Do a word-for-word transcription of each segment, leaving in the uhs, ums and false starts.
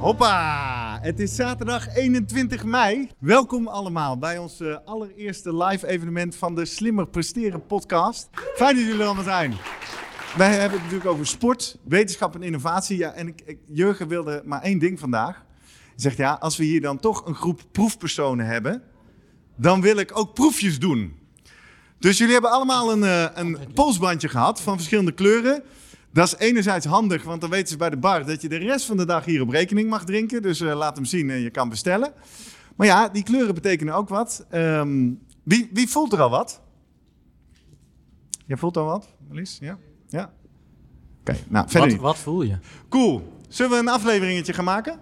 Hoppa! Het is zaterdag eenentwintig mei. Welkom allemaal bij ons uh, allereerste live evenement van de Slimmer Presteren podcast. Fijn dat jullie er allemaal zijn. Wij hebben het natuurlijk over sport, wetenschap en innovatie. Ja, en ik, ik, Jurgen wilde maar één ding vandaag. Hij zegt ja, als we hier dan toch een groep proefpersonen hebben, dan wil ik ook proefjes doen. Dus jullie hebben allemaal een, uh, een polsbandje gehad van verschillende kleuren. Dat is enerzijds handig, want dan weten ze bij de bar dat je de rest van de dag hier op rekening mag drinken. Dus uh, laat hem zien en je kan bestellen. Maar ja, die kleuren betekenen ook wat. Um, wie, wie voelt er al wat? Jij voelt al wat, Lies? Ja? Ja? Oké, okay, nou verder wat, niet. Wat voel je? Cool. Zullen we een afleveringetje gaan maken?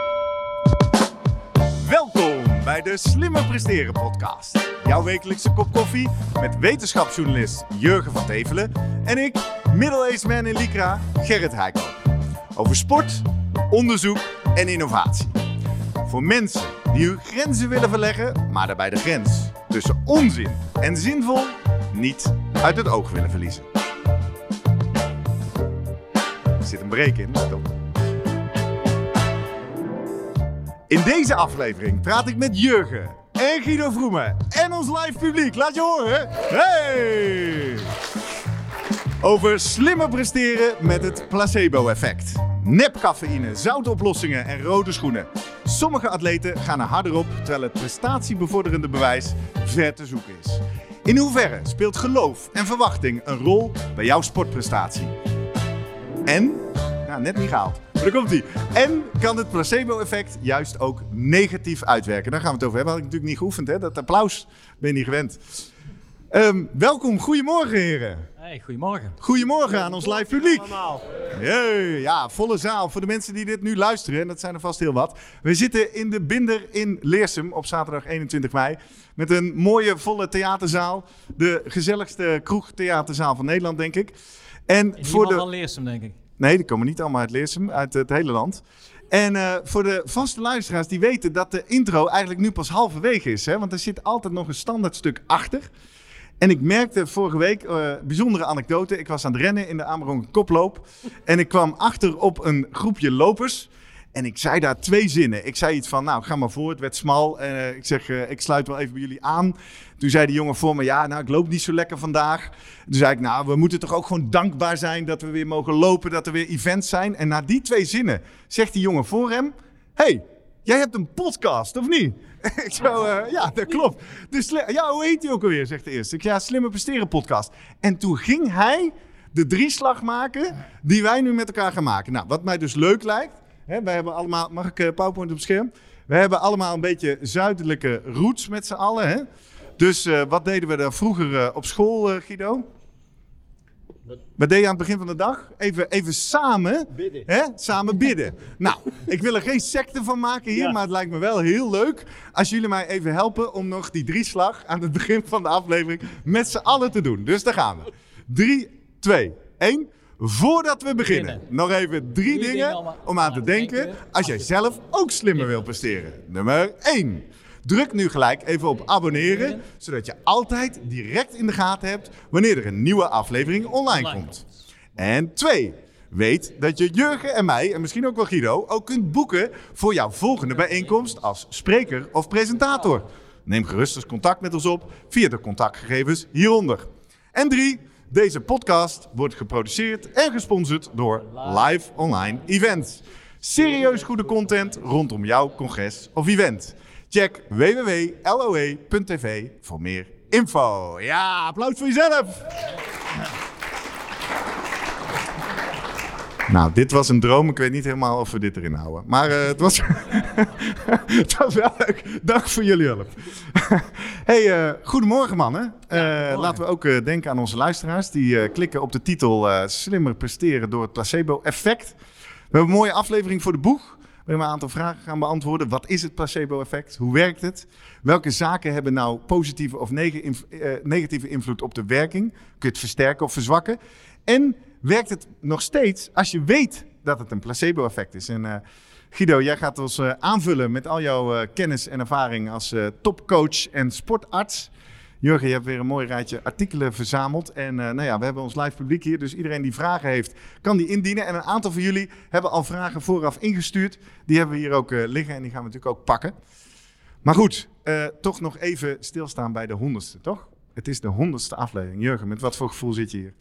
Welkom bij de Slimmer Presteren podcast. Jouw wekelijkse kop koffie met wetenschapsjournalist Jurgen van Tevelen en ik, middle-aged man in Lycra, Gerrit Heikoop. Over sport, onderzoek en innovatie. Voor mensen die hun grenzen willen verleggen, maar daarbij de grens tussen onzin en zinvol niet uit het oog willen verliezen. Er zit een break in, stop. In deze aflevering praat ik met Jurgen en Guido Vroemen en ons live publiek. Laat je horen. Hey! Over slimmer presteren met het placebo-effect. Nepcafeïne, zoutoplossingen en rode schoenen. Sommige atleten gaan er harder op, terwijl het prestatiebevorderende bewijs ver te zoeken is. In hoeverre speelt geloof en verwachting een rol bij jouw sportprestatie? En, nou net niet gehaald, maar daar komt ie. En kan het placebo-effect juist ook negatief uitwerken? Daar gaan we het over hebben. Had ik natuurlijk niet geoefend, hè? Dat applaus ben je niet gewend. Um, welkom, goedemorgen heren. Hey, goedemorgen. Goedemorgen aan ons live publiek. Jee, ja, volle zaal. Voor de mensen die dit nu luisteren, en dat zijn er vast heel wat. We zitten in de Binder in Leersum op zaterdag eenentwintig mei. Met een mooie, volle theaterzaal. De gezelligste kroegtheaterzaal van Nederland, denk ik. En in voor de van Leersum, denk ik. Nee, die komen niet allemaal uit Leersum, uit het hele land. En uh, voor de vaste luisteraars die weten dat de intro eigenlijk nu pas halverwege is. Hè? Want er zit altijd nog een standaard stuk achter. En ik merkte vorige week, uh, bijzondere anekdote. Ik was aan het rennen in de Amerongen koploop. En ik kwam achter op een groepje lopers. En ik zei daar twee zinnen. Ik zei iets van, nou ga maar voor, het werd smal. En uh, ik zeg, uh, ik sluit wel even bij jullie aan. Toen zei die jongen voor me, ja, nou ik loop niet zo lekker vandaag. Toen zei ik, nou we moeten toch ook gewoon dankbaar zijn dat we weer mogen lopen, dat er weer events zijn. En na die twee zinnen zegt die jongen voor hem, hey, jij hebt een podcast, of niet? Ik zo, uh, ja, dat klopt. Dus, ja, hoe heet die ook alweer, zegt de eerste. Ik ja, Slimmer Presteren podcast. En toen ging hij de drieslag maken die wij nu met elkaar gaan maken. Nou, wat mij dus leuk lijkt. Hè, wij hebben allemaal, mag ik uh, PowerPoint op het scherm? We hebben allemaal een beetje zuidelijke roots met z'n allen. Hè? Dus uh, wat deden we daar vroeger uh, op school, uh, Guido? Wat deed je aan het begin van de dag? Even, even samen bidden. Hè? Samen bidden. Nou, ik wil er geen secte van maken hier, ja. Maar het lijkt me wel heel leuk als jullie mij even helpen om nog die drieslag aan het begin van de aflevering met z'n allen te doen. Dus daar gaan we. drie, twee, één. Voordat we beginnen, nog even drie, drie dingen, dingen om aan te denken als jij zelf ook slimmer wil presteren. Nummer één. Druk nu gelijk even op abonneren, zodat je altijd direct in de gaten hebt wanneer er een nieuwe aflevering online komt. En twee. Weet dat je Jurgen en mij, en misschien ook wel Guido, ook kunt boeken voor jouw volgende bijeenkomst als spreker of presentator. Neem gerust eens contact met ons op via de contactgegevens hieronder. En drie. Deze podcast wordt geproduceerd en gesponsord door Live Online Events. Serieus goede content rondom jouw congres of event. Check w w w punt l o e punt t v voor meer info. Ja, applaus voor jezelf. Nou, dit was een droom. Ik weet niet helemaal of we dit erin houden. Maar uh, het, was het was wel leuk. Dank voor jullie hulp. Hey, uh, goedemorgen mannen. Uh, ja, laten we ook uh, denken aan onze luisteraars. Die uh, klikken op de titel uh, Slimmer presteren door het placebo-effect. We hebben een mooie aflevering voor de boeg. We hebben een aantal vragen gaan beantwoorden. Wat is het placebo-effect? Hoe werkt het? Welke zaken hebben nou positieve of negatieve invloed op de werking? Kun je het versterken of verzwakken? En werkt het nog steeds als je weet dat het een placebo-effect is? En uh, Guido, jij gaat ons uh, aanvullen met al jouw uh, kennis en ervaring als uh, topcoach en sportarts. Jurgen, je hebt weer een mooi rijtje artikelen verzameld. En uh, nou ja, we hebben ons live publiek hier. Dus iedereen die vragen heeft, kan die indienen. En een aantal van jullie hebben al vragen vooraf ingestuurd. Die hebben we hier ook uh, liggen en die gaan we natuurlijk ook pakken. Maar goed, uh, toch nog even stilstaan bij de honderdste, toch? Het is de honderdste aflevering. Jurgen, met wat voor gevoel zit je hier?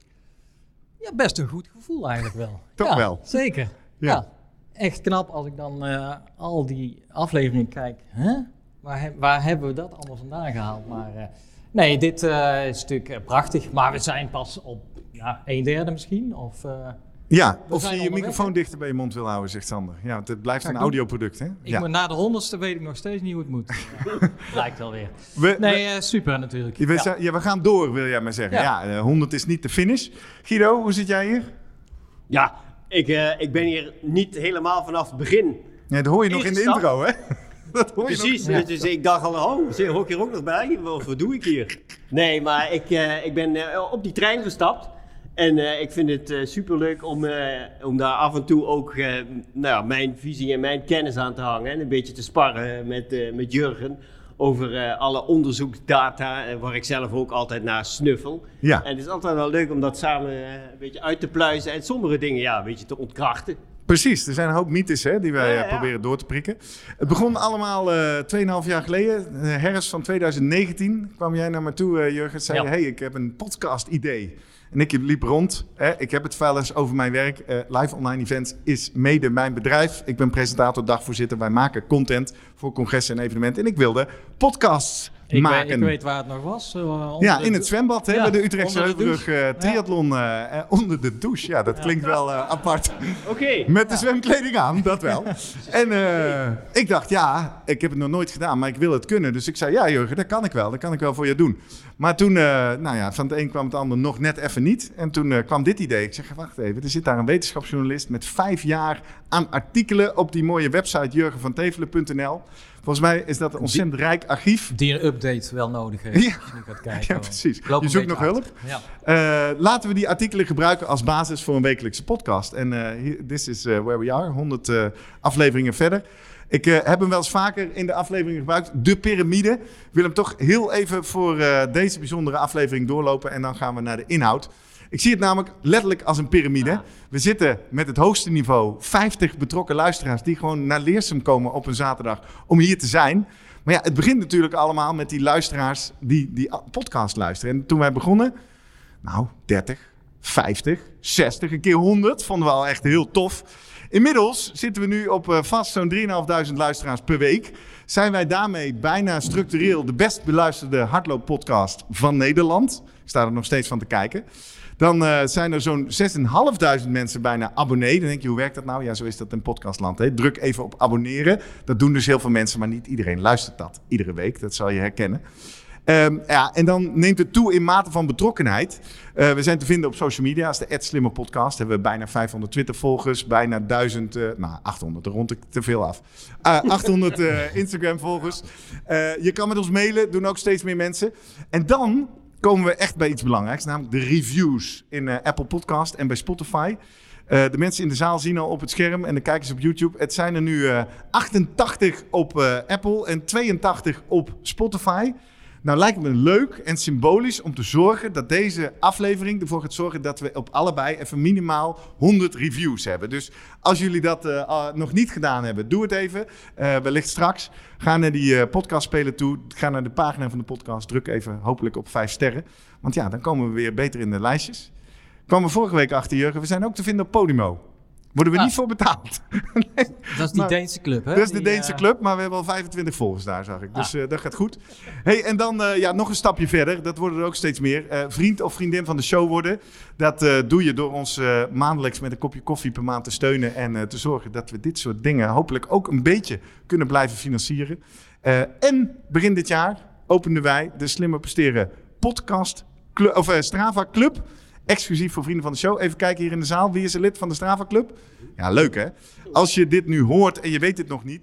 Ja, best een goed gevoel eigenlijk wel. Toch ja, wel? Zeker. Ja. ja, echt knap als ik dan uh, al die afleveringen kijk. Huh? Waar, he- waar hebben we dat allemaal vandaan gehaald? Maar uh, nee, dit uh, is natuurlijk uh, prachtig. Maar we zijn pas op ja, een derde misschien. Of, uh, ja, of je je microfoon he? dichter bij je mond wil houden, zegt Sander. Ja, want het blijft ja, een audioproduct, hè? Ik ja. moet, na de honderdste weet ik nog steeds niet hoe het moet. Ja, lijkt wel weer. We, nee, uh, super natuurlijk. We, ja. ja, we gaan door, wil jij maar zeggen. Ja, ja uh, honderd is niet de finish. Guido, hoe zit jij hier? Ja, ik, uh, ik ben hier niet helemaal vanaf het begin. Ja, dat hoor je nog in de intro, hè? Dat hoor je Precies, nog. Ja. Dus ik dacht al, oh, hoor ik hier ook nog bij? Wat doe ik hier? Nee, maar ik, uh, ik ben uh, op die trein gestapt. En uh, ik vind het uh, superleuk om, uh, om daar af en toe ook uh, nou, mijn visie en mijn kennis aan te hangen. En een beetje te sparren met, uh, met Jurgen over uh, alle onderzoeksdata, uh, waar ik zelf ook altijd naar snuffel. Ja. En het is altijd wel leuk om dat samen uh, een beetje uit te pluizen en sommige dingen ja, een beetje te ontkrachten. Precies, er zijn een hoop mythes hè, die wij ja, ja. proberen door te prikken. Het begon allemaal uh, twee komma vijf jaar geleden, uh, herfst van twintig negentien. Kwam jij naar me toe, uh, Jurgen, en zei ja. hey, ik heb een podcast-idee. En ik liep rond, hè, ik heb het wel eens over mijn werk. Uh, Live Online Events is mede mijn bedrijf. Ik ben presentator, dagvoorzitter. Wij maken content voor congressen en evenementen. En ik wilde podcasts ik maken. Weet, ik weet waar het nog was. Uh, ja, in het zwembad, hè, ja, bij de Utrechtse Heuvelrug uh, triathlon uh, uh, onder de douche. Ja, dat ja. klinkt wel uh, apart. Okay. Met de zwemkleding aan, dat wel. En uh, ik dacht, ja, ik heb het nog nooit gedaan, maar ik wil het kunnen. Dus ik zei, ja Jurgen, dat kan ik wel. Dat kan ik wel voor je doen. Maar toen, uh, nou ja, van het een kwam het ander nog net even niet. En toen uh, kwam dit idee. Ik zeg, wacht even, er zit daar een wetenschapsjournalist met vijf jaar aan artikelen op die mooie website jurgen van tevelen punt n l. Volgens mij is dat een ontzettend die, rijk archief. Die een update wel nodig heeft. Ja, als je nu gaat kijken. Ja precies. Je zoekt nog hulp. Ja. Uh, laten we die artikelen gebruiken als basis voor een wekelijkse podcast. En uh, this is uh, where we are. honderd uh, afleveringen verder. Ik uh, heb hem wel eens vaker in de aflevering gebruikt. De piramide. Ik wil hem toch heel even voor uh, deze bijzondere aflevering doorlopen. En dan gaan we naar de inhoud. Ik zie het namelijk letterlijk als een piramide. Ja. We zitten met het hoogste niveau. vijftig betrokken luisteraars die gewoon naar Leersum komen op een zaterdag om hier te zijn. Maar ja, het begint natuurlijk allemaal met die luisteraars die die podcast luisteren. En toen wij begonnen, nou, dertig, vijftig, zestig, een keer honderd. Vonden we al echt heel tof. Inmiddels zitten we nu op uh, vast zo'n drieduizend luisteraars per week. Zijn wij daarmee bijna structureel de best beluisterde hardlooppodcast van Nederland. Ik sta er nog steeds van te kijken. Dan uh, zijn er zo'n zes en vijfduizend mensen bijna abonnee. Dan denk je, hoe werkt dat nou? Ja, zo is dat in podcastland. Hè? Druk even op abonneren. Dat doen dus heel veel mensen, maar niet iedereen luistert dat iedere week. Dat zal je herkennen. Um, ja, en dan neemt het toe in mate van betrokkenheid. Uh, we zijn te vinden op social media als de at slimme podcast. Hebben we bijna vijfhonderd Twitter-volgers, bijna duizend, uh, nou achthonderd, daar rond ik te veel af. Uh, achthonderd uh, Instagram-volgers. Uh, je kan met ons mailen, doen ook steeds meer mensen. En dan komen we echt bij iets belangrijks, namelijk de reviews in uh, Apple Podcast en bij Spotify. Uh, de mensen in de zaal zien al op het scherm en de kijkers op YouTube. Het zijn er nu uh, achtentachtig op uh, Apple en tweeëntachtig op Spotify. Nou lijkt me leuk en symbolisch om te zorgen dat deze aflevering ervoor gaat zorgen dat we op allebei even minimaal honderd reviews hebben. Dus als jullie dat uh, uh, nog niet gedaan hebben, doe het even. Uh, wellicht straks. Ga naar die uh, podcastspeler toe. Ga naar de pagina van de podcast. Druk even hopelijk op vijf sterren. Want ja, dan komen we weer beter in de lijstjes. Kwamen we vorige week achter, Jurgen. We zijn ook te vinden op Podimo. Worden we ah. niet voor betaald. nee. Dat is die maar, Deense club, hè? Dat is de die, Deense uh... club, maar we hebben al vijfentwintig volgers daar, zag ik. Dus ah. uh, dat gaat goed. Hey, en dan uh, ja, nog een stapje verder. Dat worden er ook steeds meer. Uh, vriend of vriendin van de show worden. Dat uh, doe je door ons uh, maandelijks met een kopje koffie per maand te steunen. En uh, te zorgen dat we dit soort dingen hopelijk ook een beetje kunnen blijven financieren. Uh, en begin dit jaar openden wij de Slimmer Presteren podcast club, of uh, Strava Club. Exclusief voor vrienden van de show. Even kijken hier in de zaal. Wie is er lid van de Strava Club? Ja, leuk hè? Als je dit nu hoort en je weet het nog niet.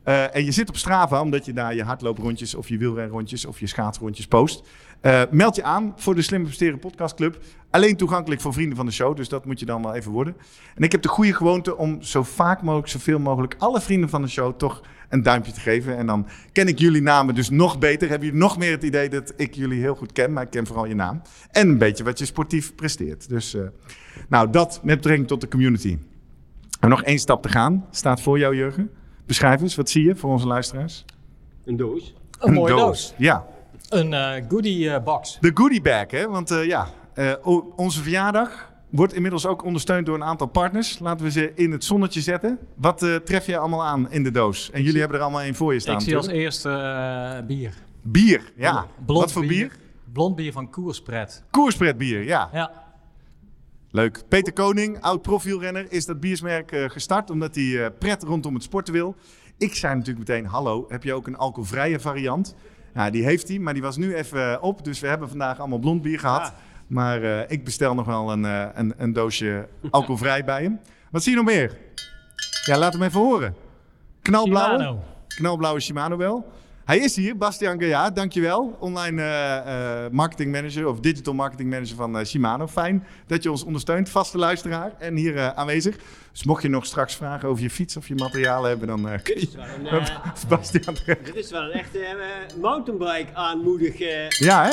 Uh, en je zit op Strava, omdat je daar je hardlooprondjes of je wielrenrondjes of je schaatsrondjes post. Uh, meld je aan voor de Slimmer Presteren podcastclub. Alleen toegankelijk voor vrienden van de show, dus dat moet je dan wel even worden. En ik heb de goede gewoonte om zo vaak mogelijk, zoveel mogelijk alle vrienden van de show toch een duimpje te geven. En dan ken ik jullie namen dus nog beter. Hebben jullie nog meer het idee dat ik jullie heel goed ken, maar ik ken vooral je naam. En een beetje wat je sportief presteert. Dus uh, nou, dat met betrekking tot de community. En nog één stap te gaan. Staat voor jou, Jurgen. Beschrijf eens, wat zie je voor onze luisteraars? Een doos. Een, een mooie doos. doos. Ja. Een uh, goodie uh, box. De goodie bag, hè? Want uh, ja, uh, onze verjaardag wordt inmiddels ook ondersteund door een aantal partners. Laten we ze in het zonnetje zetten. Wat uh, tref je allemaal aan in de doos? En jullie hebben er allemaal één voor je staan. Ik zie natuurlijk. als eerste uh, bier. Bier, ja. Blond wat voor bier? bier? Blond bier van Koerspret. Koerspret bier, ja. Ja. Leuk. Peter Koning, oud profielrenner, is dat biersmerk uh, gestart omdat hij uh, pret rondom het sporten wil. Ik zei natuurlijk meteen, hallo, heb je ook een alcoholvrije variant? Ja, die heeft hij, maar die was nu even uh, op. Dus we hebben vandaag allemaal blond bier gehad. Ja. Maar uh, ik bestel nog wel een, uh, een, een doosje alcoholvrij bij hem. Wat zie je nog meer? Ja, laat hem even horen. Knalblauwe. Shimano. Knalblauwe Shimano wel. Hij is hier, Bastiaan Gaja, dankjewel. Online uh, uh, marketing manager of digital marketing manager van uh, Shimano. Fijn dat je ons ondersteunt, vaste luisteraar en hier uh, aanwezig. Dus mocht je nog straks vragen over je fiets of je materialen hebben, dan uh, kun je een, uh, Bastiaan. Dit is wel een echte uh, mountainbike aanmoedig. Uh, ja, hè?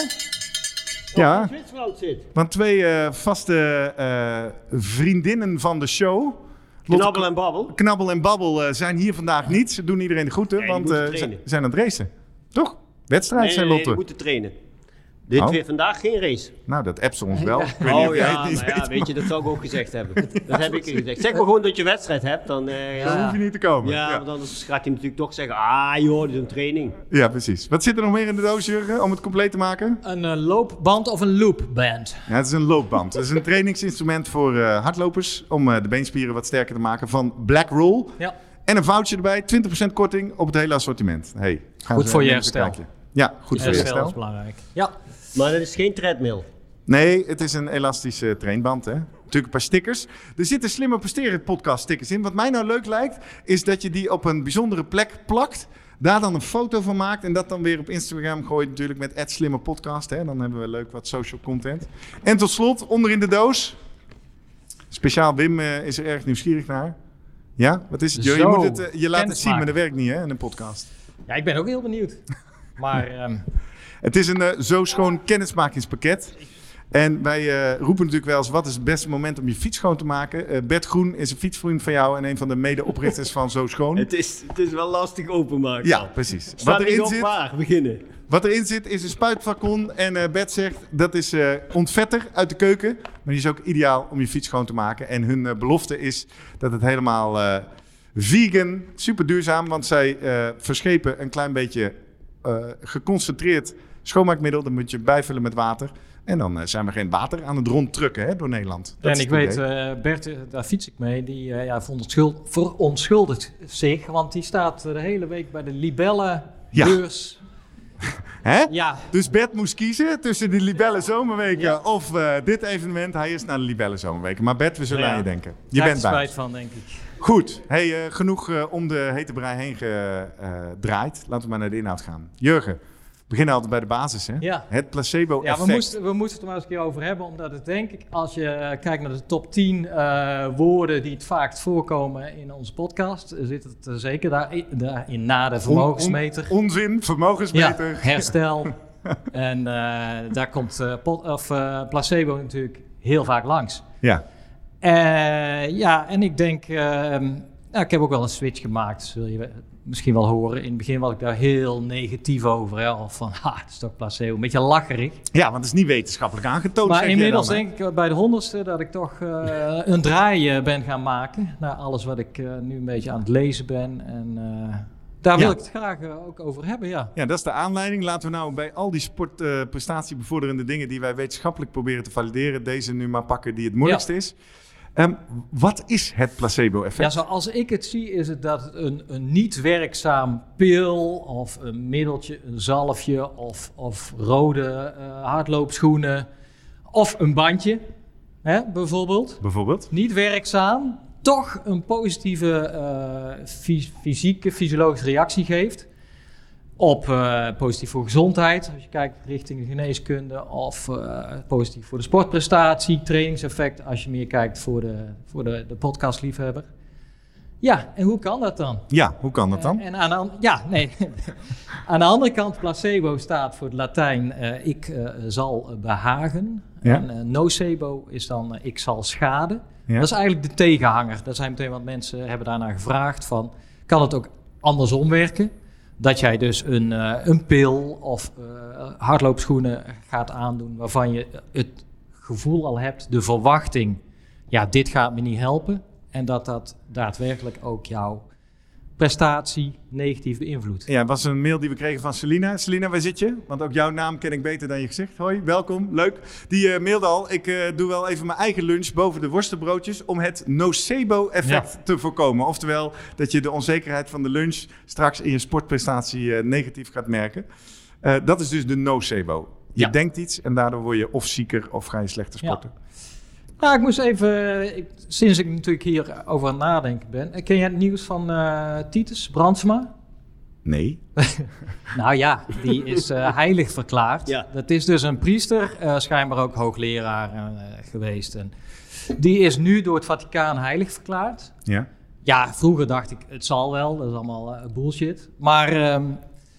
Ja, in Zwitserland zit. Want twee uh, vaste uh, vriendinnen van de show. Knabbel en Babbel. Knabbel en Babbel uh, zijn hier vandaag niet. Ze doen iedereen de groeten, ja, want uh, ze zijn aan het racen. Toch? Wedstrijd nee, zijn nee, Lotte. Nee, moeten trainen. Dit oh. weer vandaag geen race. Nou, dat appt ze ons wel. Ja. Ik weet oh niet of ja, jij het niet maar weet, ja, weet je, dat zou ik ook gezegd hebben. Dat heb ik gezegd. Zeg maar gewoon dat je wedstrijd hebt, dan, uh, ja. dan hoef je niet te komen. Ja, ja. Want anders gaat hij natuurlijk toch zeggen, ah joh, dit is een training. Ja, precies. Wat zit er nog meer in de doos, Jurgen, om het compleet te maken? Een uh, loopband of een loopband. Ja, het is een loopband. Het is een trainingsinstrument voor uh, hardlopers, om uh, de beenspieren wat sterker te maken, van Black Roll. Ja. En een voucher erbij, twintig procent korting op het hele assortiment. Hey, goed voor je herstel. Ja, goed je voor je herstel. herstel. is belangrijk. Ja. Maar dat is geen treadmill. Nee, het is een elastische trainband. Hè? Natuurlijk een paar stickers. Er zitten Slimmer Presteren podcast stickers in. Wat mij nou leuk lijkt, is dat je die op een bijzondere plek plakt. Daar dan een foto van maakt en dat dan weer op Instagram gooit natuurlijk met at slimmerpodcast. Hè? Dan hebben we leuk wat social content. En tot slot, onderin de doos. Speciaal Wim uh, is er erg nieuwsgierig naar. Ja, wat is het? Jo? Je, moet het, uh, je laat het zien, maar dat werkt niet hè, in een podcast. Ja, ik ben ook heel benieuwd. Maar... Um... Het is een uh, zo schoon kennismakingspakket. En wij uh, roepen natuurlijk wel eens, wat is het beste moment om je fiets schoon te maken? Uh, Bert Groen is een fietsvriend van jou en een van de medeoprichters van Zo Schoon. Het is, het is wel lastig openmaken. Ja, precies. Wat erin zit, waar beginnen. Wat erin zit is een spuitflacon en uh, Bert zegt dat is uh, ontvetter uit de keuken. Maar die is ook ideaal om je fiets schoon te maken. En hun uh, belofte is dat het helemaal uh, vegan, super duurzaam, want zij uh, verschepen een klein beetje uh, geconcentreerd schoonmaakmiddel. Dan moet je bijvullen met water. En dan uh, zijn we geen water aan het rondtrukken hè, door Nederland. Dat en ik weet, uh, Bert, uh, daar fiets ik mee, die uh, ja, verontschuldigt zich. Want die staat uh, de hele week bij de libellenbeurs. Ja. Hè? Ja. Dus Bert moest kiezen tussen de Libelle Zomerweken ja. of uh, dit evenement. Hij is naar de Libelle Zomerweken. Maar Bert, we zullen ja. aan je denken. Je Daar bent bij. Daar is spijt van, denk ik. Goed. Hey, uh, genoeg uh, om de hete brei heen gedraaid. Uh, Laten we maar naar de inhoud gaan. Jurgen, we beginnen altijd bij de basis. Hè? Ja. Het placebo-effect. Ja, we moesten, we moesten het er maar eens een keer over hebben. Omdat het denk ik, als je uh, kijkt naar de top tien uh, woorden die het vaakst voorkomen in onze podcast, zit het uh, zeker daarin, daarin na de vermogensmeter. On, on, onzin, vermogensmeter. Ja, herstel. En uh, daar komt uh, pot, of, uh, placebo natuurlijk heel vaak langs. Ja. Uh, ja, en ik denk, uh, nou, ik heb ook wel een switch gemaakt, zul je misschien wel horen. In het begin was ik daar heel negatief over. Hè? Of van, ha, het is toch placebo. Een beetje lacherig. Ja, want het is niet wetenschappelijk aangetoond. Maar inmiddels dan, denk ik bij de honderdste dat ik toch uh, een draai uh, ben gaan maken. Naar alles wat ik uh, nu een beetje aan het lezen ben. En uh, daar wil ja. ik het graag uh, ook over hebben, ja. Ja, dat is de aanleiding. Laten we nou bij al die sportprestatiebevorderende uh, dingen die wij wetenschappelijk proberen te valideren, deze nu maar pakken die het moeilijkste ja. is. Um, wat is het placebo-effect? Ja, zoals ik het zie is het dat het een, een niet werkzaam pil of een middeltje, een zalfje of, of rode uh, hardloopschoenen of een bandje, hè, bijvoorbeeld. Bijvoorbeeld? Niet werkzaam, toch een positieve uh, fys- fysieke, fysiologische reactie geeft. Op uh, positief voor gezondheid, als je kijkt richting de geneeskunde, of uh, positief voor de sportprestatie, trainingseffect, als je meer kijkt voor de, voor de, de podcastliefhebber. Ja, en hoe kan dat dan? Ja, hoe kan dat dan? Uh, en aan de, ja, nee. aan de andere kant, placebo staat voor het Latijn, uh, ik uh, zal behagen. Ja. En uh, nocebo is dan, uh, ik zal schaden. Ja. Dat is eigenlijk de tegenhanger. Daar zijn meteen wat mensen hebben daarnaar gevraagd van, kan het ook andersom werken? Dat jij dus een, uh, een pil of uh, hardloopschoenen gaat aandoen waarvan je het gevoel al hebt, de verwachting, ja, dit gaat me niet helpen. En dat dat daadwerkelijk ook jouw prestatie negatief beïnvloedt. Ja, het was een mail die we kregen van Selina. Selina, waar zit je? Want ook jouw naam ken ik beter dan je gezicht. Hoi, welkom, leuk. Die uh, mailde al, ik uh, doe wel even mijn eigen lunch boven de worstenbroodjes om het nocebo-effect ja. te voorkomen. Oftewel, dat je de onzekerheid van de lunch straks in je sportprestatie uh, negatief gaat merken. Uh, dat is dus de nocebo. Je ja. denkt iets en daardoor word je of zieker of ga je slechter sporten. Ja. Nou, ik moest even, ik, sinds ik natuurlijk hier over aan het nadenken ben. Ken jij het nieuws van uh, Titus Brandsma? Nee. Nou ja, die is uh, heilig verklaard. Ja. Dat is dus een priester, uh, schijnbaar ook hoogleraar uh, geweest. En die is nu door het Vaticaan heilig verklaard. Ja. Ja, vroeger dacht ik, het zal wel, dat is allemaal uh, bullshit. Maar um,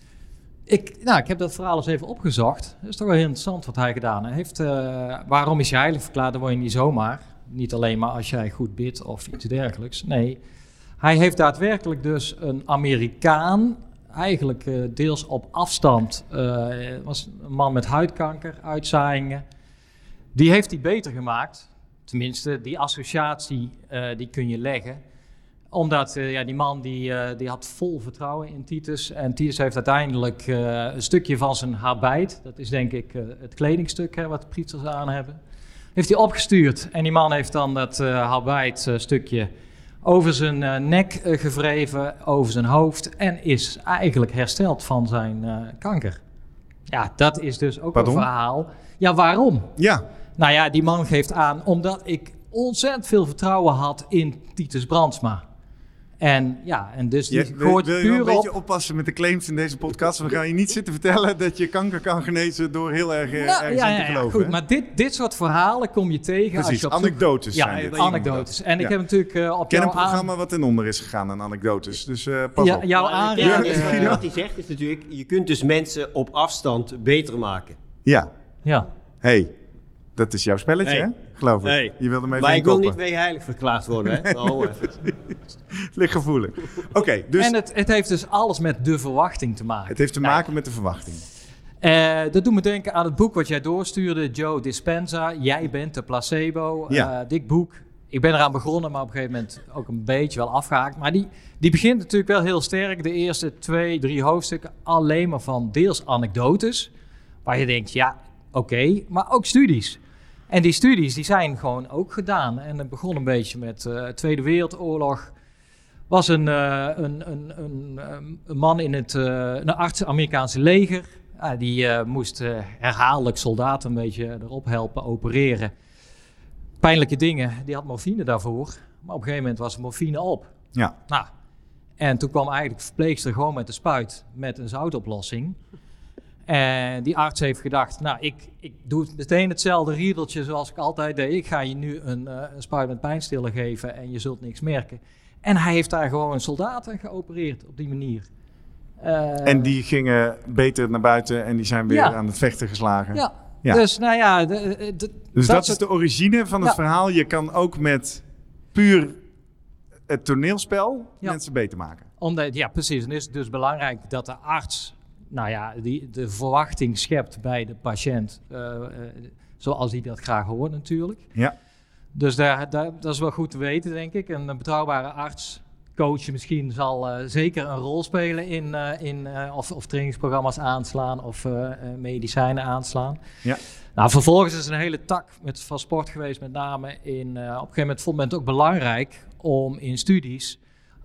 ik, nou, ik heb dat verhaal eens even opgezocht. Dat is toch wel heel interessant wat hij gedaan heeft. Uh, waarom is hij heilig verklaard? Dat word je niet zomaar. Niet alleen maar als jij goed bidt of iets dergelijks. Nee, hij heeft daadwerkelijk dus een Amerikaan, eigenlijk uh, deels op afstand, uh, was een man met huidkanker, uitzaaiingen. Die heeft hij beter gemaakt. Tenminste, die associatie uh, die kun je leggen. Omdat uh, ja, die man die, uh, die had vol vertrouwen in Titus. En Titus heeft uiteindelijk uh, een stukje van zijn habit, dat is denk ik uh, het kledingstuk hè, wat de priesters aan hebben, heeft hij opgestuurd. En die man heeft dan dat uh, habit uh, stukje over zijn uh, nek uh, gewreven, over zijn hoofd en is eigenlijk hersteld van zijn uh, kanker. Ja, dat is dus ook Pardon? een verhaal. Ja, waarom? Ja. Nou ja, die man geeft aan, omdat ik ontzettend veel vertrouwen had in Titus Brandsma. En ja, en dus die ja, gooit wil, wil puur je op... een beetje oppassen met de claims in deze podcast? We gaan je niet zitten vertellen dat je kanker kan genezen door heel erg nou, ergens ja, in te ja, geloven. Goed, hè? maar dit, dit soort verhalen kom je tegen. Precies, als je op anekdotes zoek... zijn ja, dit. anekdotes. En ik ja. heb natuurlijk uh, op Ik ken jouw een programma aan... wat ten onder is gegaan aan anekdotes, dus uh, pas ja, op. Jouw aanrader... Ja, ja, wat hij zegt is natuurlijk, je kunt dus mensen op afstand beter maken. Ja. Ja. Hey, dat is jouw spelletje, hey. hè? Geloof ik. Hey. Je wilde mij maar ik wil koppen. niet weer heilig verklaard worden, hè? Oh, ligt gevoelig. Oké, okay, dus... En het, het heeft dus alles met de verwachting te maken. Het heeft te maken ja. met de verwachting. Uh, dat doet me denken aan het boek wat jij doorstuurde, Joe Dispenza. Jij bent de placebo. Ja. Uh, dik boek. Ik ben eraan begonnen, maar op een gegeven moment ook een beetje wel afgehaakt. Maar die, die begint natuurlijk wel heel sterk. De eerste twee, drie hoofdstukken alleen maar van deels anekdotes. Waar je denkt, ja, oké, okay, maar ook studies. En die studies die zijn gewoon ook gedaan. En het begon een beetje met de uh, Tweede Wereldoorlog. Was een, uh, een, een, een, een man in het uh, een arts Amerikaanse leger. Uh, die uh, moest uh, herhaaldelijk soldaten een beetje erop helpen opereren. Pijnlijke dingen, die had morfine daarvoor. Maar op een gegeven moment was de morfine op. Ja. Nou, en toen kwam eigenlijk de verpleegster gewoon met de spuit met een zoutoplossing. En die arts heeft gedacht, nou, ik, ik doe meteen hetzelfde riedeltje zoals ik altijd deed. Ik ga je nu een, uh, een spuit met pijnstiller geven en je zult niks merken. En hij heeft daar gewoon soldaten geopereerd op die manier. Uh, en die gingen beter naar buiten en die zijn weer ja. aan het vechten geslagen. Ja, ja. dus nou ja... De, de, de, dus dat, dat is het... de origine van het ja. verhaal. Je kan ook met puur het toneelspel ja. mensen beter maken. Omdat, ja, precies. En het is dus belangrijk dat de arts... Nou ja, die de verwachting schept bij de patiënt, uh, uh, zoals hij dat graag hoort natuurlijk. Ja. Dus daar, daar, dat is wel goed te weten, denk ik. Een betrouwbare arts, coach misschien, zal uh, zeker een rol spelen in, uh, in uh, of, of trainingsprogramma's aanslaan of uh, uh, medicijnen aanslaan. Ja. Nou, vervolgens is er een hele tak met, van sport geweest, met name in... Uh, op een gegeven moment vond men het ook belangrijk om in studies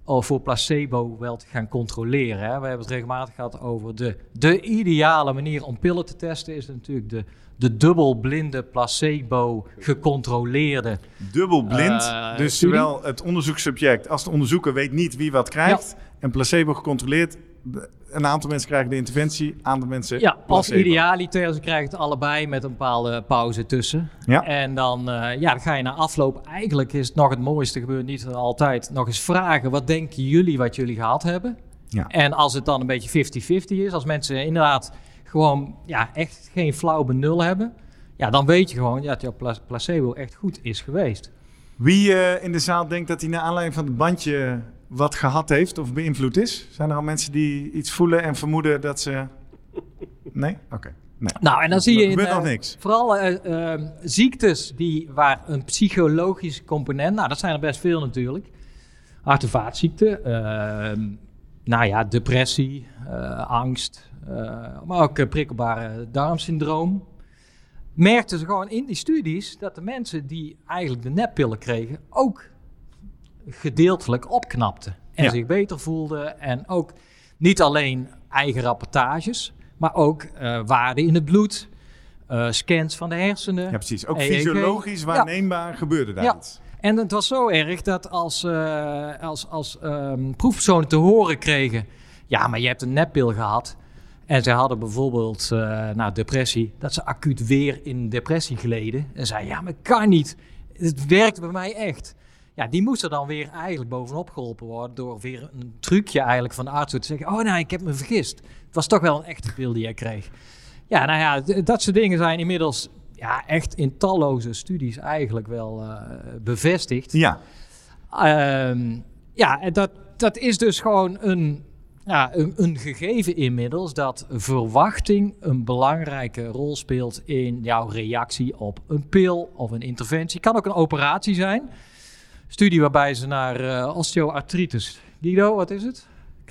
of voor placebo wel te gaan controleren. Hè. We hebben het regelmatig gehad over de, de ideale manier om pillen te testen. Is natuurlijk de, de dubbelblinde placebo gecontroleerde. Dubbelblind, uh, dus studie. zowel het onderzoekssubject als de onderzoeker weet niet wie wat krijgt. Ja. En placebo gecontroleerd. Een aantal mensen krijgen de interventie, een aantal mensen Ja, als placebo. idealiter, ze krijgen het allebei met een bepaalde pauze tussen. Ja. En dan, uh, ja, dan ga je na afloop, eigenlijk is het nog het mooiste, gebeurt niet altijd, nog eens vragen, wat denken jullie wat jullie gehad hebben? Ja. En als het dan een beetje vijftig vijftig is, als mensen inderdaad gewoon ja, echt geen flauw benul hebben, ja, dan weet je gewoon ja, dat jouw pla- placebo echt goed is geweest. Wie uh, in de zaal denkt dat hij naar aanleiding van het bandje wat gehad heeft of beïnvloed is? Zijn er al mensen die iets voelen en vermoeden dat ze... Nee? Oké. Okay. Nee. Nou, en dan zie je er gebeurt in, nog uh, niks. vooral uh, uh, ziektes die, waar een psychologische component... Nou, dat zijn er best veel natuurlijk. Hart- en vaatziekten. Uh, nou ja, depressie, uh, angst. Uh, maar ook uh, prikkelbare darmsyndroom. Merkten ze gewoon in die studies dat de mensen die eigenlijk de neppillen kregen... ook gedeeltelijk opknapten. En ja. zich beter voelden. En ook niet alleen eigen rapportages... maar ook uh, waarden in het bloed, uh, scans van de hersenen. Ja, precies. Ook E E G. fysiologisch waarneembaar ja. gebeurde daar ja. iets. En het was zo erg dat als, uh, als, als um, proefpersonen te horen kregen... ja, maar je hebt een neppil gehad... en ze hadden bijvoorbeeld uh, nou, depressie... dat ze acuut weer in depressie gleden. En zeiden, ja, maar het kan niet. Het werkt bij mij echt. Ja, die moesten dan weer eigenlijk bovenop geholpen worden... door weer een trucje eigenlijk van de arts te zeggen... oh nee, ik heb me vergist. Het was toch wel een echte pil die jij kreeg. Ja, nou ja, d- dat soort dingen zijn inmiddels... ja, echt in talloze studies eigenlijk wel uh, bevestigd. Ja. Um, ja, en dat, dat is dus gewoon een, ja, een, een gegeven inmiddels... dat verwachting een belangrijke rol speelt... in jouw reactie op een pil of een interventie. Kan ook een operatie zijn... Studie waarbij ze naar uh, osteoartritis. Guido, wat is het?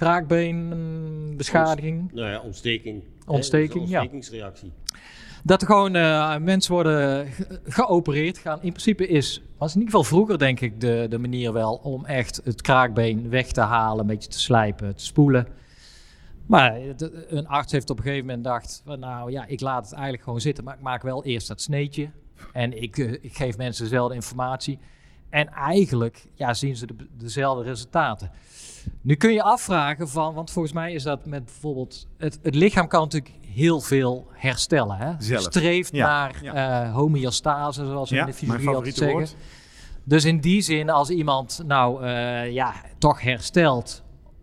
Kraakbeenbeschadiging? Ont, nou ja, ontsteking. Ontsteking, ja. Ontstekingsreactie. Dat er gewoon uh, mensen worden ge- geopereerd gaan. In principe is, was in ieder geval vroeger denk ik de, de manier wel... om echt het kraakbeen weg te halen, een beetje te slijpen, te spoelen. Maar de, een arts heeft op een gegeven moment gedacht... nou ja, ik laat het eigenlijk gewoon zitten... maar ik maak wel eerst dat sneetje. En ik, uh, ik geef mensen dezelfde informatie... En eigenlijk ja, zien ze de, dezelfde resultaten. Nu kun je afvragen van, want volgens mij is dat met bijvoorbeeld... Het, het lichaam kan natuurlijk heel veel herstellen. Hè? Zelf. Streeft ja. naar ja. Uh, homeostase, zoals we ja, in de fysiologie mijn altijd zeggen. woord. Dus in die zin, als iemand nou uh, ja, toch herstelt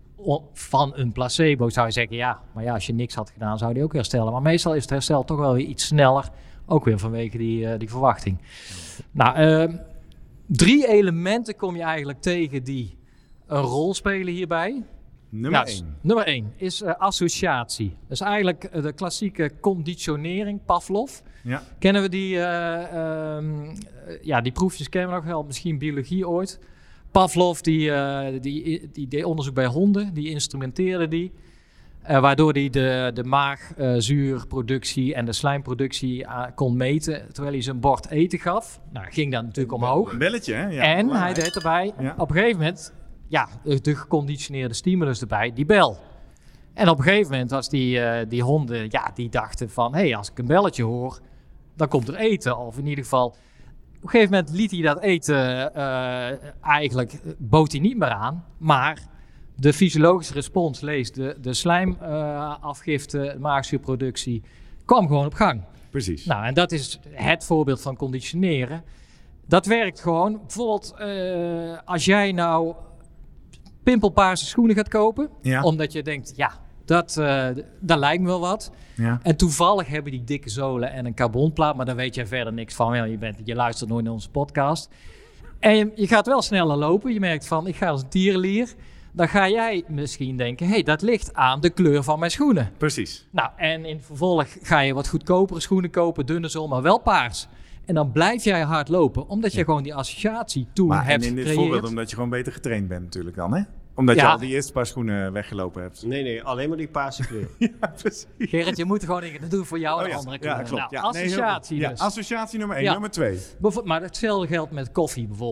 van een placebo... zou je zeggen, ja, maar ja, als je niks had gedaan, zou die ook herstellen. Maar meestal is het herstel toch wel weer iets sneller. Ook weer vanwege die, uh, die verwachting. Nou... Uh, Drie elementen kom je eigenlijk tegen die een rol spelen hierbij. Nummer ja, één. Nummer één is uh, associatie. Dat is eigenlijk uh, de klassieke conditionering, Pavlov. Ja. Kennen we die, uh, um, uh, ja, die proefjes kennen we nog wel, misschien biologie ooit. Pavlov die, uh, die, die deed onderzoek bij honden, die instrumenteerde die. Uh, waardoor hij de, de maagzuurproductie uh, en de slijmproductie uh, kon meten... terwijl hij zijn bord eten gaf. Nou, ging dat natuurlijk omhoog. Een belletje, hè? Ja, en belangrijk. hij deed erbij, ja. op een gegeven moment... ja, de, de geconditioneerde stimulus erbij, die bel. En op een gegeven moment was die, uh, die honden... ja, die dachten van... hé, hey, als ik een belletje hoor, dan komt er eten. Of in ieder geval... Op een gegeven moment liet hij dat eten... Uh, eigenlijk bood hij niet meer aan, maar... De fysiologische respons, lees de, de slijmafgifte, uh, maagzuurproductie, kwam gewoon op gang. Precies. Nou, en dat is het voorbeeld van conditioneren. Dat werkt gewoon. Bijvoorbeeld, uh, als jij nou pimpelpaarse schoenen gaat kopen, ja. omdat je denkt, ja, dat, uh, dat lijkt me wel wat. Ja. En toevallig hebben die dikke zolen en een carbonplaat, maar daar weet jij verder niks van. Ja, je, bent, je luistert nooit naar onze podcast. En je, je gaat wel sneller lopen. Je merkt van, ik ga als een tierenlier. Dan ga jij misschien denken, hé, hey, dat ligt aan de kleur van mijn schoenen. Precies. Nou, en in vervolg ga je wat goedkopere schoenen kopen, dunne zool, maar wel paars. En dan blijf jij hard lopen, omdat je ja. gewoon die associatie toen maar hebt en in dit gecreëerd. voorbeeld omdat je gewoon beter getraind bent natuurlijk dan, hè? Omdat ja. je al die eerste paar schoenen weggelopen hebt. Nee, nee, alleen maar die paarse kleur. ja, precies. Gerrit, je moet gewoon dat doen voor jou en oh, ja. andere kleuren. Ja, klopt. Nou, ja. associatie nee, dus. Ja, associatie nummer één. Ja. Nummer twee. Bevo- maar hetzelfde geldt met koffie bijvoorbeeld.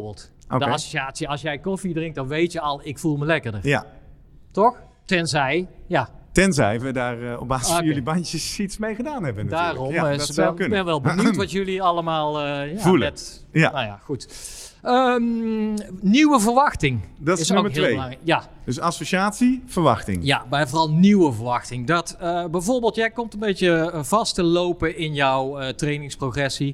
Okay. De associatie, als jij koffie drinkt, dan weet je al, ik voel me lekkerder. Ja. Toch? Tenzij, ja. Tenzij we daar uh, op basis Okay. van jullie bandjes iets mee gedaan hebben natuurlijk. Daarom, ja, ik dat ben, zou kunnen. ben wel benieuwd wat jullie allemaal uh, ja, voelen. Met, ja. Nou ja, goed. Um, nieuwe verwachting. Dat is, is nummer ook heel twee. belangrijk. Ja. Dus associatie, verwachting. Ja, maar vooral nieuwe verwachting. Dat uh, bijvoorbeeld, jij komt een beetje uh, vast te lopen in jouw uh, trainingsprogressie.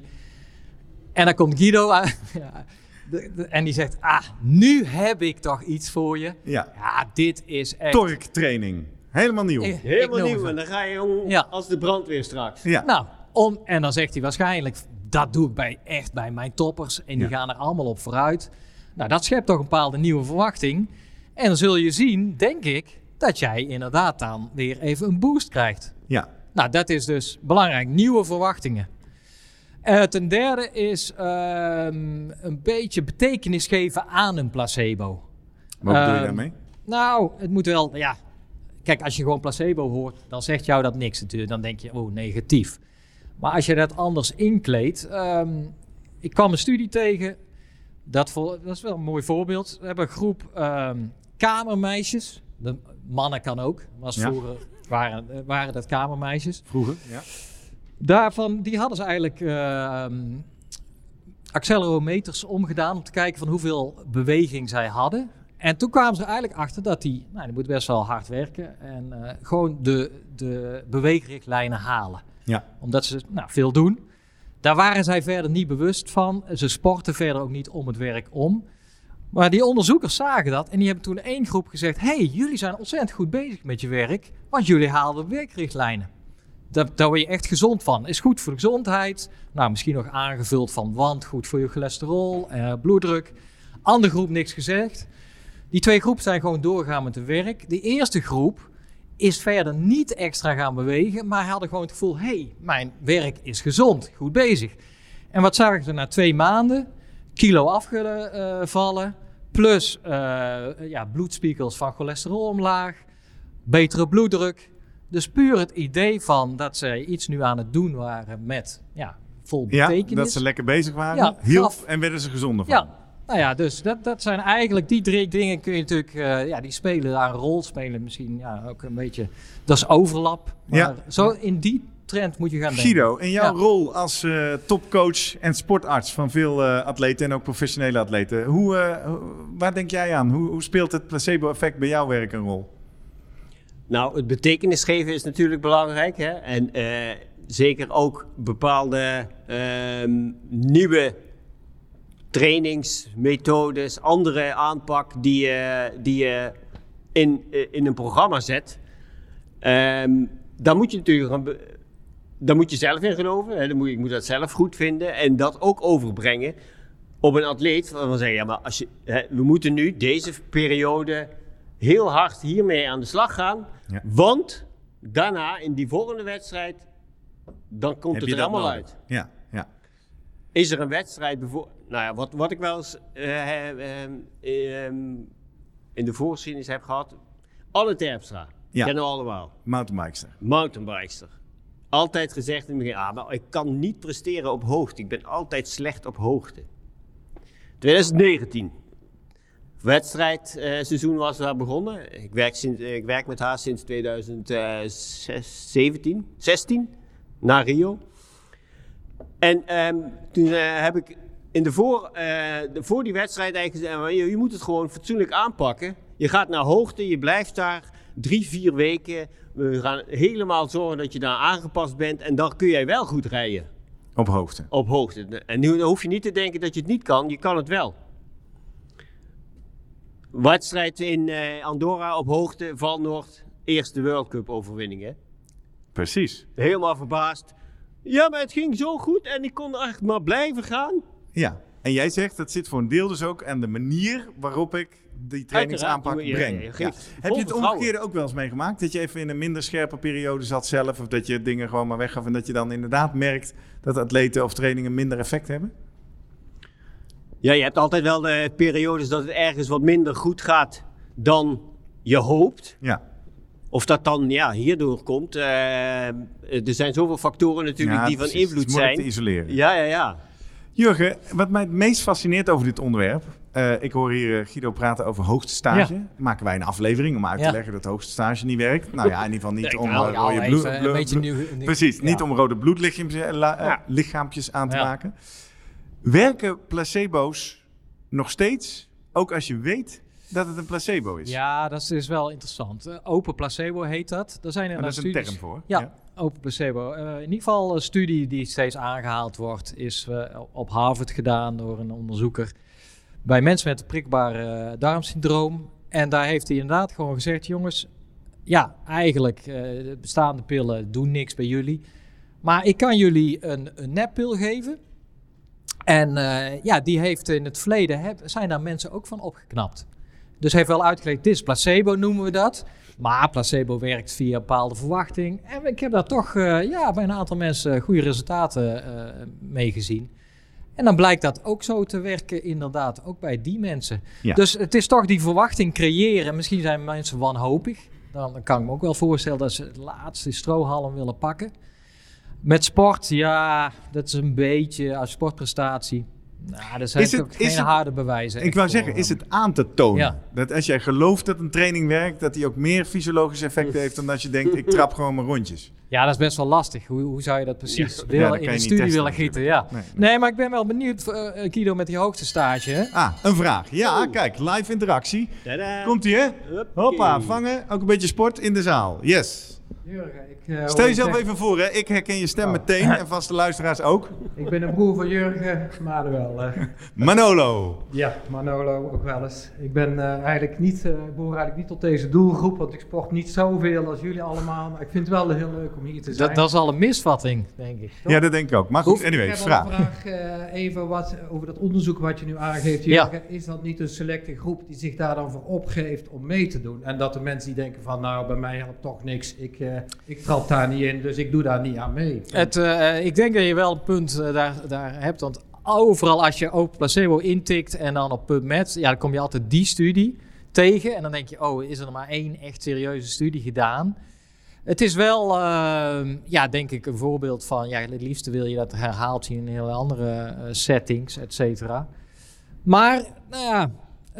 En dan komt Guido uit. Ja, de, de, en die zegt, ah, nu heb ik toch iets voor je. Ja, ja dit is echt... Torque-training. Helemaal nieuw. Ik, Helemaal ik nieuw. En dan ga je om ja. als de brandweer straks. Ja. Nou, om, en dan zegt hij waarschijnlijk, dat doe ik bij, echt bij mijn toppers. En die ja. gaan er allemaal op vooruit. Nou, dat schept toch een bepaalde nieuwe verwachting. En dan zul je zien, denk ik, dat jij inderdaad dan weer even een boost krijgt. Ja. Nou, dat is dus belangrijk. Nieuwe verwachtingen. Uh, ten derde is uh, een beetje betekenis geven aan een placebo. Wat bedoel je uh, daarmee? Nou, het moet wel, ja... Kijk, als je gewoon placebo hoort, dan zegt jou dat niks natuurlijk. Dan denk je, oh, negatief. Maar als je dat anders inkleedt... Um, ik kwam een studie tegen, dat, voor, dat is wel een mooi voorbeeld. We hebben een groep um, kamermeisjes. De mannen kan ook. Was ja. Vroeger waren, waren dat kamermeisjes. Vroeger, ja. Daarvan, die hadden ze eigenlijk uh, um, accelerometers omgedaan om te kijken van hoeveel beweging zij hadden. En toen kwamen ze eigenlijk achter dat die, nou, die moet best wel hard werken en uh, gewoon de, de beweegrichtlijnen halen. Ja. Omdat ze nou, veel doen. Daar waren zij verder niet bewust van. Ze sporten verder ook niet om het werk om. Maar die onderzoekers zagen dat en die hebben toen één groep gezegd, hey, jullie zijn ontzettend goed bezig met je werk, want jullie halen werkrichtlijnen. Daar, daar word je echt gezond van. Is goed voor de gezondheid. Nou, misschien nog aangevuld van want goed voor je cholesterol, eh, bloeddruk. Andere groep niks gezegd. Die twee groepen zijn gewoon doorgegaan met het werk. De eerste groep is verder niet extra gaan bewegen, maar hadden gewoon het gevoel, hey, mijn werk is gezond, goed bezig. En wat zagen ze na twee maanden? Kilo afgevallen, plus uh, ja, bloedspiegels van cholesterol omlaag, betere bloeddruk. Dus puur het idee van dat ze iets nu aan het doen waren met ja, vol betekenis. Ja, dat ze lekker bezig waren, ja, hielp gaf, en werden ze gezonder van. Ja, nou ja, dus dat, dat zijn eigenlijk die drie dingen kun je natuurlijk, uh, ja, die spelen daar een rol, spelen misschien ja, ook een beetje, dat is overlap. Maar ja. zo in die trend moet je gaan denken. Guido, in jouw ja. rol als uh, topcoach en sportarts van veel uh, atleten en ook professionele atleten, hoe, uh, waar denk jij aan? Hoe, hoe speelt het placebo-effect bij jouw werk een rol? Nou, het betekenis geven is natuurlijk belangrijk. Hè? En uh, zeker ook bepaalde uh, nieuwe trainingsmethodes, andere aanpak die je, die je in, in een programma zet. Um, daar moet je natuurlijk gaan be- daar moet je zelf in geloven. Hè? Dan moet je, ik moet dat zelf goed vinden en dat ook overbrengen op een atleet. Van zeggen, ja, maar als je, hè, we moeten nu deze periode heel hard hiermee aan de slag gaan. Ja. Want daarna in die volgende wedstrijd, dan komt Heb het er allemaal nodig? uit. Ja, ja. Is er een wedstrijd bijvoorbeeld... Nou ja, wat, wat ik wel eens uh, uh, uh, um, in de voorgeschiedenis heb gehad. Anne Terpstra. Ja. Kennen we allemaal. Mountainbikester. Mountainbikester. Altijd gezegd in het begin, ah, maar ik kan niet presteren op hoogte. Ik ben altijd slecht op hoogte. twintig negentien. Wedstrijdseizoen uh, was daar begonnen. Ik werk, sinds, ik werk met haar sinds twintig zeventien, zestien, naar Rio. En um, toen uh, heb ik in de voor, uh, de, voor die wedstrijd eigenlijk gezegd, je, je moet het gewoon fatsoenlijk aanpakken. Je gaat naar hoogte, je blijft daar drie, vier weken. We gaan helemaal zorgen dat je daar aangepast bent en dan kun jij wel goed rijden. Op hoogte. Op hoogte. En nu hoef je niet te denken dat je het niet kan, je kan het wel. Wedstrijd in uh, Andorra op hoogte, Valnoord, eerste World Cup overwinning. Hè? Precies. Helemaal verbaasd. Ja, maar het ging zo goed en ik kon echt maar blijven gaan. Ja, en jij zegt dat zit voor een deel dus ook aan de manier waarop ik die trainingsaanpak je, breng. je, je ja. Heb je het omgekeerde ook wel eens meegemaakt? Dat je even in een minder scherpe periode zat zelf, of dat je dingen gewoon maar weggaf en dat je dan inderdaad merkt dat atleten of trainingen minder effect hebben? Ja, je hebt altijd wel de periodes dat het ergens wat minder goed gaat dan je hoopt. Ja. Of dat dan ja, hierdoor komt. Uh, er zijn zoveel factoren natuurlijk ja, die precies. van invloed het is moeilijk zijn. te isoleren. Ja, ja, ja. Jurgen, wat mij het meest fascineert over dit onderwerp, Uh, ik hoor hier Guido praten over hoogste stage. Ja. Maken wij een aflevering om uit te ja. leggen dat hoogste stage niet werkt. Nou ja, in ieder geval niet ja, om nou, uh, rode ja, bloed... een beetje nieuw, nieuw, Precies, ja. niet om rode bloedlichaampjes uh, ja. uh, aan te ja. maken. Werken placebo's nog steeds, ook als je weet dat het een placebo is? Ja, dat is dus wel interessant. Uh, open placebo heet dat. Daar zijn er dat is studies. een term voor. Ja, ja. open placebo. Uh, in ieder geval een studie die steeds aangehaald wordt, is uh, op Harvard gedaan door een onderzoeker bij mensen met prikbare darmsyndroom. En daar heeft hij inderdaad gewoon gezegd, jongens, ja, eigenlijk uh, de bestaande pillen doen niks bij jullie. Maar ik kan jullie een, een neppil geven. En uh, ja, die heeft in het verleden, heb, zijn daar mensen ook van opgeknapt. Dus hij heeft wel uitgelegd, dit is placebo noemen we dat. Maar placebo werkt via een bepaalde verwachting. En ik heb daar toch uh, ja, bij een aantal mensen goede resultaten uh, mee gezien. En dan blijkt dat ook zo te werken, inderdaad, ook bij die mensen. Ja. Dus het is toch die verwachting creëren. Misschien zijn mensen wanhopig. Dan kan ik me ook wel voorstellen dat ze het laatste strohalm willen pakken. Met sport, ja, dat is een beetje als sportprestatie. Nou, er zijn is het, ook geen het, harde bewijzen. Ik wou zeggen, is het aan te tonen? Ja. Dat als jij gelooft dat een training werkt, dat die ook meer fysiologische effecten heeft dan als je denkt, ik trap gewoon mijn rondjes. Ja, dat is best wel lastig. Hoe, hoe zou je dat precies ja. willen, ja, in de studie willen gieten? Ja. Nee, nee. nee, maar ik ben wel benieuwd, uh, Guido, met die hoogtestage. Hè? Ah, een vraag. Ja, oh. Kijk, live interactie. Tadaa. Komt-ie, hè? Hoppa, vangen. Ook een beetje sport in de zaal. Yes. Jurgen, ik, uh, Stel jezelf zeg... even voor, hè. Ik herken je stem oh. meteen en vaste luisteraars ook. Ik ben een broer van Jurgen, Manuel. Uh. Manolo. Ja, Manolo ook wel eens. Ik ben uh, eigenlijk niet, uh, ik behoor eigenlijk niet tot deze doelgroep, want ik sport niet zoveel als jullie allemaal. Maar ik vind het wel heel leuk om hier te zijn. Dat, dat is al een misvatting, denk ik. Toch? Ja, dat denk ik ook. Maar goed, anyway, ik heb vraag. een vraag uh, even wat over dat onderzoek wat je nu aangeeft, Jurgen. Ja. Is dat niet een selecte groep die zich daar dan voor opgeeft om mee te doen? En dat de mensen die denken van, nou, bij mij helpt toch niks. Ik, uh, ik trap daar niet in, dus ik doe daar niet aan mee. Het, uh, ik denk dat je wel een punt uh, daar, daar hebt, want overal als je open placebo intikt en dan op PubMed, ja, dan kom je altijd die studie tegen en dan denk je, oh, is er maar één echt serieuze studie gedaan? Het is wel, uh, ja, denk ik, een voorbeeld van, ja, het liefste wil je dat herhaald zien in hele andere uh, settings, et cetera. Maar, nou ja,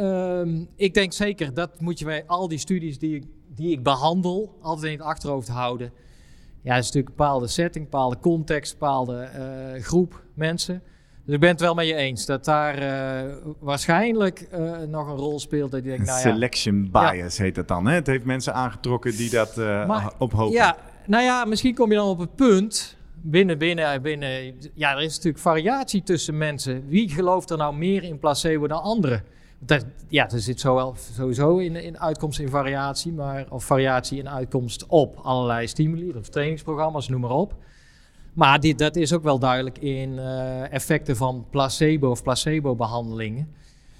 uh, ik denk zeker, dat moet je bij al die studies die ik, die ik behandel, altijd in het achterhoofd houden. Ja, het is natuurlijk een bepaalde setting, een bepaalde context, een bepaalde uh, groep mensen. Dus ik ben het wel met je eens dat daar uh, waarschijnlijk uh, nog een rol speelt. Dat je denkt, nou ja, selection bias ja. heet dat dan. Hè? Het heeft mensen aangetrokken die dat uh, maar, ophopen. Ja, nou ja, misschien kom je dan op het punt, binnen, binnen, binnen... Ja, er is natuurlijk variatie tussen mensen. Wie gelooft er nou meer in placebo dan anderen? Dat, ja, er zit zo sowieso in, in uitkomst in variatie, maar, of variatie in uitkomst op allerlei stimuli, of trainingsprogramma's, noem maar op. Maar dit, dat is ook wel duidelijk in uh, effecten van placebo of placebo-behandelingen.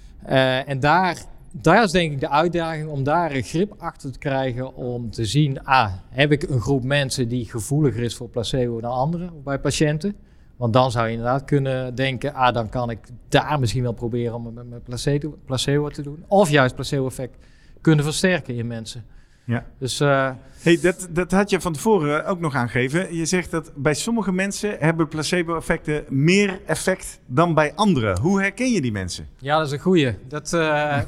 Uh, en daar, daar is denk ik de uitdaging om daar een grip achter te krijgen om te zien, ah, heb ik een groep mensen die gevoeliger is voor placebo dan anderen bij patiënten? Want dan zou je inderdaad kunnen denken, ah, dan kan ik daar misschien wel proberen om met, met placebo, placebo te doen. Of juist placebo-effect kunnen versterken in mensen. Ja. Dus, uh, hey, dat, dat had je van tevoren ook nog aangegeven. Je zegt dat bij sommige mensen hebben placebo-effecten meer effect dan bij anderen. Hoe herken je die mensen? Ja, dat is een goeie. Dat, uh,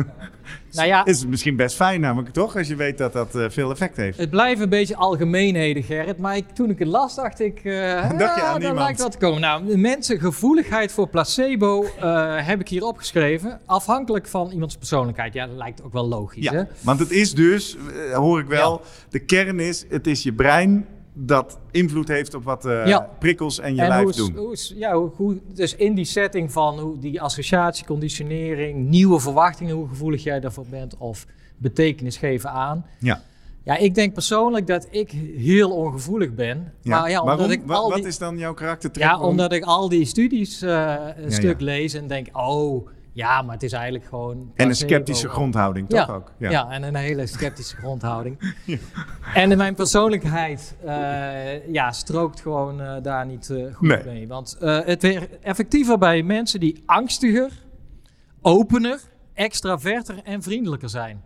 nou ja, is het misschien best fijn namelijk toch, als je weet dat dat uh, veel effect heeft. Het blijven een beetje algemeenheden, Gerrit. Maar ik, toen ik het las, dacht ik, uh, dacht je aan ja, dan lijkt wat te komen. Nou, de mensengevoeligheid voor placebo uh, heb ik hier opgeschreven. Afhankelijk van iemands persoonlijkheid. Ja, dat lijkt ook wel logisch. Ja, hè? Want het is dus, uh, hoor ik wel, ja. de kern is, het is je brein dat invloed heeft op wat uh, ja. prikkels en je en lijf hoe, doen. Hoe, ja, hoe, hoe, dus in die setting van hoe die associatie, conditionering, nieuwe verwachtingen, hoe gevoelig jij daarvoor bent of betekenis geven aan. Ja. Ja, ik denk persoonlijk dat ik heel ongevoelig ben. Ja. Maar ja, omdat Waarom? ik al wat die, is dan jouw karaktertrek? Ja, omdat ik al die studies uh, een ja, stuk ja. lees en denk, oh, ja, maar het is eigenlijk gewoon placebo. En een sceptische grondhouding, toch ja, ook? Ja. ja, en een hele sceptische grondhouding. ja. En in mijn persoonlijkheid uh, ja, strookt gewoon uh, daar niet uh, goed nee. mee. Want uh, het werkt effectiever bij mensen die angstiger, opener, extraverter en vriendelijker zijn.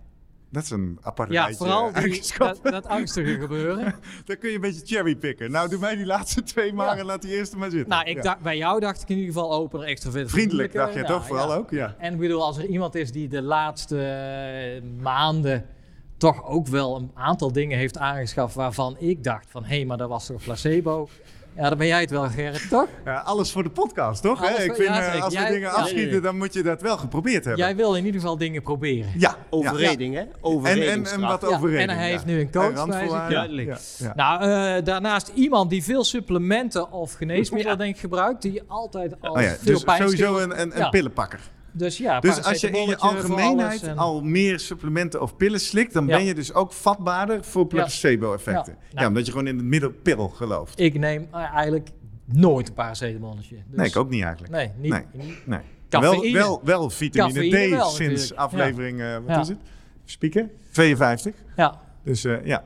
Dat is een apart Ja, rijtje vooral die, eigenschappen. dat, dat angstige gebeuren. Dan kun je een beetje cherrypicken. Nou, doe mij die laatste twee maar Ja. en laat die eerste maar zitten. Nou, ik Ja. dacht, bij jou dacht ik in ieder geval open, extravert. Vriendelijk, dacht je ja, toch vooral ja. ook? Ja. En ik bedoel, als er iemand is die de laatste eh, maanden toch ook wel een aantal dingen heeft aangeschaft waarvan ik dacht van, hé, hey, maar dat was toch placebo? Ja, dan ben jij het wel, Gerrit, toch? Ja, alles voor de podcast, toch? Alles Hè? Ik voor- vind, ja, eh, zeker. als we Jij- dingen ja. afschieten, dan moet je dat wel geprobeerd hebben. Jij wil in ieder geval dingen proberen. Ja. Overreding, hè? En, Overreding. en, en wat Ja, overreding. en hij heeft ja. nu een coach En bij zich. randvoorwaarden. Duidelijk. Ja, ja. Nou, eh, daarnaast iemand die veel supplementen of geneesmiddelen denk ik gebruikt, die altijd al Oh ja, veel dus pijn sowieso een, een, een Ja. pillenpakker. Dus ja, Dus als je in je paracetamolletje voor algemeenheid alles en- al meer supplementen of pillen slikt, dan Ja. ben je dus ook vatbaarder voor placebo-effecten. Ja. Ja. Nou. omdat je gewoon in het middelpil gelooft. Ik neem eh, eigenlijk nooit een paracetamolletje. Dus, Nee, ik ook niet eigenlijk. Nee, niet. Nee. niet. Nee. Cafeïne. Wel, wel, wel vitamine Cafeïne D wel, sinds natuurlijk. aflevering, eh, wat Ja. is het? Spieken? tweeënvijftig. Ja. Dus eh, ja.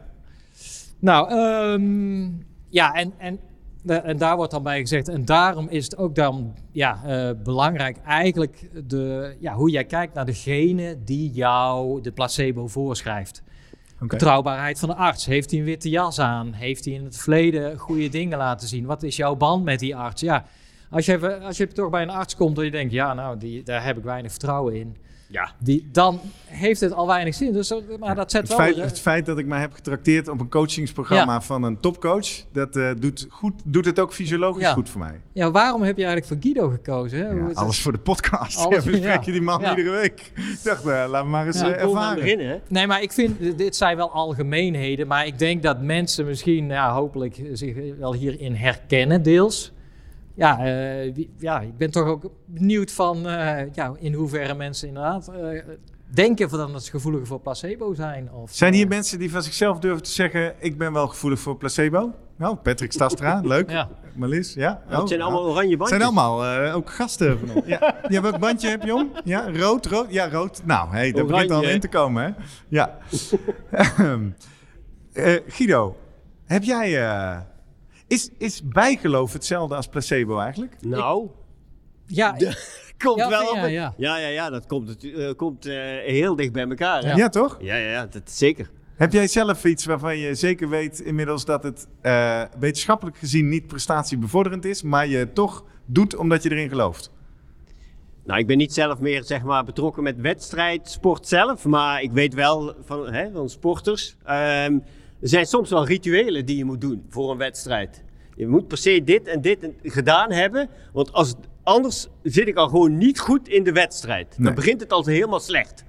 Nou, ehm, ja, en, en, de- en daar wordt dan bij gezegd, en daarom is het ook dan ja, eh, belangrijk eigenlijk de, ja, hoe jij kijkt naar degene die jou de placebo voorschrijft. Oké. Betrouwbaarheid van de arts. Heeft hij een witte jas aan? Heeft hij in het verleden goede dingen laten zien? Wat is jouw band met die arts? Ja, als je, even, als je toch bij een arts komt en je denkt, ja, nou, die, daar heb ik weinig vertrouwen in. Ja. Die, dan heeft het al weinig zin. Dus, zo- maar dat zet Het wel... feit, weer- het feit dat ik mij heb getrakteerd op een coachingsprogramma van een topcoach, dat eh, doet, goed, doet het ook fysiologisch Ja. goed voor mij. Ja, waarom heb je eigenlijk voor Guido gekozen? Hè? Hoe Ja, het- alles voor de podcast. Alles- Ja, besprek ja. je die man Ja. iedere week. Ik dacht, eh, laat me maar eens Ja, eh, Kom aan het ervaren. beginnen, hè? Nee, maar ik vind, dit zijn wel algemeenheden, maar ik denk dat mensen misschien, ja, hopelijk zich wel hierin herkennen deels. Ja, eh, wie- ja, ik ben toch ook benieuwd van, eh, ja, in hoeverre mensen inderdaad eh, denken van dat ze gevoeliger voor placebo zijn. Of, Zijn hier eh, mensen die van zichzelf durven te zeggen, ik ben wel gevoelig voor placebo? Nou, Patrick Stastra, leuk. Ja. Marlies, ja. Het zijn Oh, allemaal ja. oranje Het bandjes. zijn allemaal eh, ook gasten van ons. Ja. Ja, welk bandje heb je om? Ja, rood, rood. Ja, rood. Nou, hey, dat begint al Oranje. in te komen, hè? Ja. Ehm, eh, Guido, heb jij... eh, is, is bijgeloof hetzelfde als placebo eigenlijk? Nou, Ja, komt Ja, wel ja, op. het- ja. Ja, ja, ja, dat komt, het, eh, komt eh, heel dicht bij elkaar. Hè? Ja. Ja, toch? Ja, ja, ja, dat is zeker. Heb jij zelf iets waarvan je zeker weet inmiddels dat het eh, wetenschappelijk gezien niet prestatiebevorderend is, maar je het toch doet omdat je erin gelooft? Nou, ik ben niet zelf meer zeg maar, betrokken met wedstrijdsport zelf, maar ik weet wel van, hè, van sporters. ehm, er zijn soms wel rituelen die je moet doen voor een wedstrijd. Je moet per se dit en dit en- gedaan hebben, want als, anders zit ik al gewoon niet goed in de wedstrijd. Nee. Dan begint het al helemaal slecht.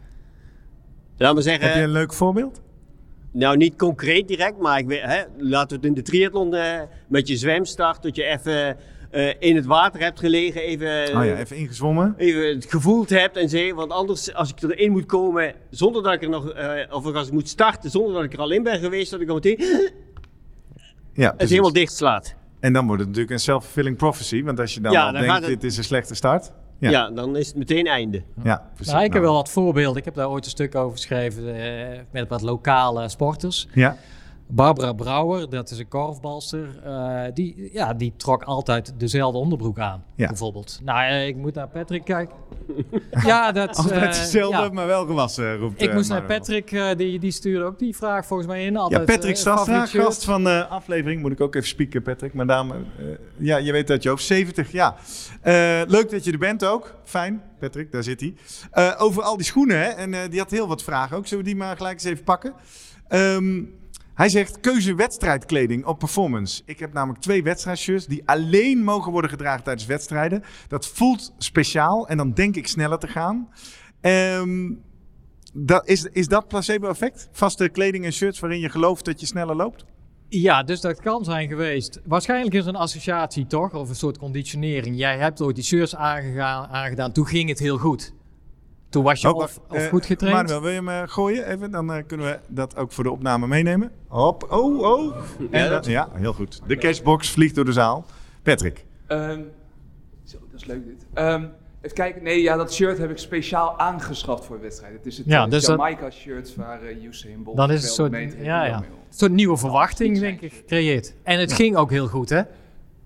Laat maar zeggen, Heb je een leuk voorbeeld? nou niet concreet direct, maar ik weet, hè, laten we het in de triathlon eh, met je zwemstart, dat je even eh, in het water hebt gelegen, even, Oh ja, even ingezwommen. even het gevoeld hebt en zo. Want anders, als ik erin moet komen, zonder dat ik er nog, eh, of als ik moet starten, zonder dat ik er al in ben geweest, dat ik al meteen het Ja, precies. helemaal dicht slaat. En dan wordt het natuurlijk een self-fulfilling prophecy. Want als je dan Ja, al dan denkt, gaat het- dit is een slechte start. Ja. Ja, dan is het meteen einde. ja precies. nou, ik heb Nou, wel wat voorbeelden. Ik heb daar ooit een stuk over geschreven eh, met wat lokale sporters. Ja, Barbara Brouwer, dat is een korfbalster, eh, die, ja, die trok altijd dezelfde onderbroek aan, Ja. bijvoorbeeld. Nou, eh, ik moet naar Patrick kijken. ja, dat... altijd eh, hetzelfde, ja. maar wel gewassen, roept Ik eh, moest naar Manuel. Patrick, eh, die, die stuurde ook die vraag volgens mij in. Ja, Altijd, Patrick eh, Stastra, favoriet shirt. gast van de aflevering. Moet ik ook even spieken, Patrick. Maar dame, eh, ja, je weet uit je hoofd. zeventig, ja. Eh, leuk dat je er bent ook. Fijn, Patrick, daar zit hij. Eh, over al die schoenen, hè. En eh, die had heel wat vragen ook. Zullen we die maar gelijk eens even pakken? Ehm, hij zegt, keuze wedstrijdkleding op performance. Ik heb namelijk twee wedstrijdshirts die alleen mogen worden gedragen tijdens wedstrijden. Dat voelt speciaal en dan denk ik sneller te gaan. Ehm... Dat, is, is dat placebo-effect? Vaste kleding en shirts waarin je gelooft dat je sneller loopt? Ja, dus dat kan zijn geweest. Waarschijnlijk is het een associatie toch, of een soort conditionering. Jij hebt ooit die shirts aangegaan, aangedaan, toen ging het heel goed. Toen was je Oh, of, wacht, of eh, goed getraind. Manuel, wil je hem eh, gooien even? Dan eh, kunnen we dat ook voor de opname meenemen. Hop, oh, oh. En, Ja, eh, dat- ja, heel goed. De cashbox vliegt door de zaal. Patrick. Ehm, zo, dat is leuk dit. Ehm, even kijken. Nee, ja, dat shirt heb ik speciaal aangeschaft voor de wedstrijd. Het is het Ja, eh, dus dat- Jamaica shirt waar uh, Usain Bolt Dan is het een veel soort, meter in ja, de ja. mee wil. een soort nieuwe verwachting, iets denk zijn. ik, gecreëerd. En het ging ook heel goed, hè?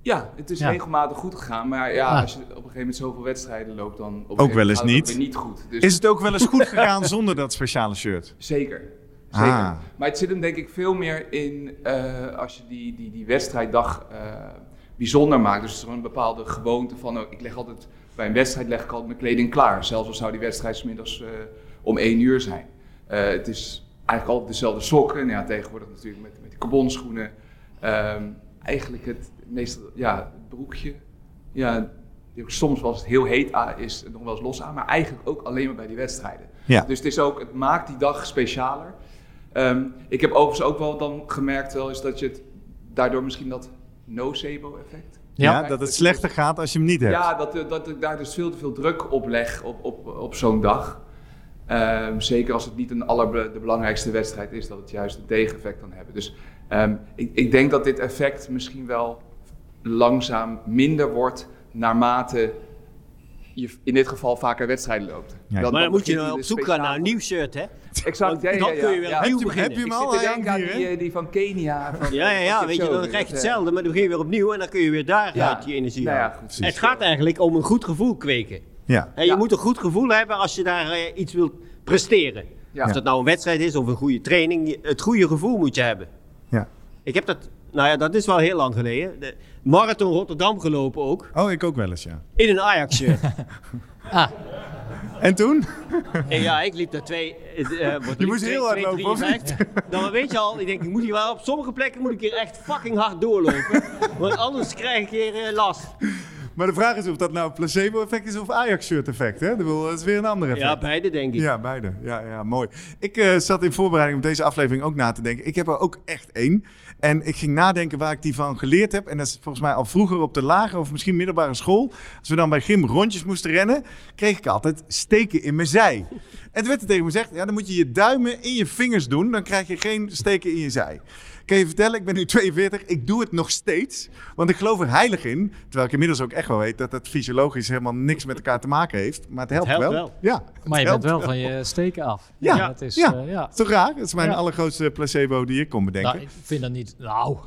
Ja, het is Ja. regelmatig goed gegaan. Maar ja, Ah. als je op een gegeven moment zoveel wedstrijden loopt, dan op een Ook gegeven wel moment eens gaat het niet. ook weer niet goed. Dus Is het ook wel eens goed gegaan zonder dat speciale shirt? Zeker. Zeker. Ah. Maar het zit hem denk ik veel meer in uh, als je die, die, die wedstrijddag uh, bijzonder maakt. Dus er is een bepaalde gewoonte van, oh, ik leg altijd, bij een wedstrijd leg ik altijd mijn kleding klaar. Zelfs al zou die wedstrijd 's middags uh, om één uur zijn. Uh, het is eigenlijk altijd dezelfde sokken. En ja, tegenwoordig natuurlijk met, met die carbonschoenen. Um, eigenlijk het meestal, ja, het broekje. Ja, soms was het heel heet aan, is het nog wel eens los aan, maar eigenlijk ook alleen maar bij die wedstrijden. Ja. Dus het is ook, het maakt die dag specialer. Um, ik heb overigens ook wel dan gemerkt wel is dat je het daardoor misschien dat nocebo-effect. Ja, Ja, dat het slechter gaat als je hem niet hebt. Ja, dat, dat ik daar dus veel te veel druk op leg op, op, op zo'n dag. Um, zeker als het niet een aller, de belangrijkste wedstrijd is, dat het juist een tegeneffect kan hebben. Dus um, ik, ik denk dat dit effect misschien wel langzaam minder wordt naarmate je in dit geval vaker wedstrijden loopt. Ja, maar dan moet je nou op dus zoek gaan naar een nieuw shirt, hè? Exact, ja, ja, Dan ja, kun je weer ja. opnieuw Heb je- beginnen. heb je hem Ik al? zit te Hij denken aan hangt hier, die, die van Kenia. Van, Ja, ja, ja, van weet je, Kipchoge, dan krijg je dat, hetzelfde, maar dan begin je weer opnieuw en dan kun je weer daaruit Ja. die energie Nou ja, halen. goed, Het gaat eigenlijk om een goed gevoel kweken. Ja. En je Ja. moet een goed gevoel hebben als je daar uh, iets wilt presteren. Ja. Of dat nou een wedstrijd is of een goede training, je- het goede gevoel moet je hebben. Ja. Ik heb dat, nou ja, dat is wel heel lang geleden. De Marathon Rotterdam gelopen ook, Oh, ik ook wel eens, ja. in een Ajax-shirt. Ah, En toen? En ja, ik liep daar twee... Uh, wat Je moest heel hard lopen, of niet? Dan weet je al, ik denk, ik moet hier wel op sommige plekken moet ik hier echt fucking hard doorlopen. Want anders krijg ik hier uh, last. Maar de vraag is of dat nou een placebo-effect is of Ajax-shirt-effect, hè? Dat is weer een ander effect. Ja, beide denk ik. Ja, beide. Ja, ja, mooi. Ik uh, zat in voorbereiding op deze aflevering ook na te denken. Ik heb er ook echt één. En ik ging nadenken waar ik die van geleerd heb. En dat is volgens mij al vroeger op de lagere of misschien middelbare school. Als we dan bij gym rondjes moesten rennen, kreeg ik altijd steken in mijn zij. En toen werd er tegen me gezegd, ja, dan moet je je duimen in je vingers doen. Dan krijg je geen steken in je zij. Kan je vertellen, ik ben nu tweeënveertig, ik doe het nog steeds. Want ik geloof er heilig in. Terwijl ik inmiddels ook echt wel weet dat het fysiologisch helemaal niks met elkaar te maken heeft. Maar het helpt, helpt wel. wel. Ja, maar je het bent wel helpt van je steken af. Ja, dat is, ja. eh, ja. Is toch raar? Dat is mijn Ja. allergrootste placebo die ik kon bedenken. Nou, ik vind dat niet... Nou,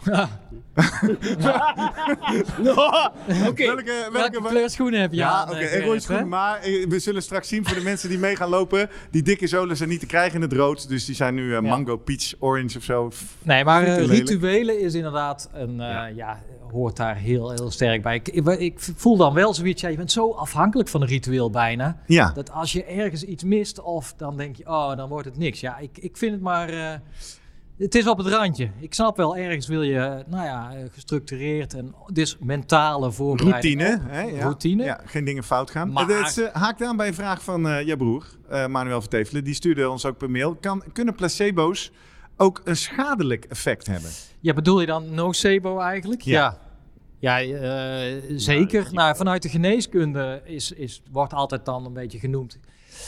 Oké. Welke, welke kleur schoenen heb je Ja, aan? oké, eh, en rode Gerrit, schoenen. hè? Maar eh, we zullen straks zien voor de mensen die mee gaan lopen. Die dikke zolen zijn niet te krijgen in het rood. Dus die zijn nu uh, mango, peach, orange of zo. Nee, maar uh, Lelijk. rituelen is inderdaad een, uh, ja. ja, hoort daar heel, heel sterk bij. Ik, ik, ik voel dan wel zoiets, ja, je bent zo afhankelijk van een ritueel bijna. Ja. Dat als je ergens iets mist of dan denk je, oh, dan wordt het niks. Ja, ik, ik vind het maar, uh, het is op het randje. Ik snap wel, ergens wil je, nou ja, gestructureerd en dus mentale voorbereiding. Routine. op. Hè? Ja. Routine. Ja, geen dingen fout gaan. Maar- Het uh, haakt aan bij een vraag van uh, jouw broer, uh, Manuel Vertevelen. Die stuurde ons ook per mail. Kan, kunnen placebo's ook een schadelijk effect hebben? Ja, bedoel je dan nocebo eigenlijk? Ja. Ja, ja uh, zeker. Nou, nou, vanuit de geneeskunde is, is, wordt altijd dan een beetje genoemd.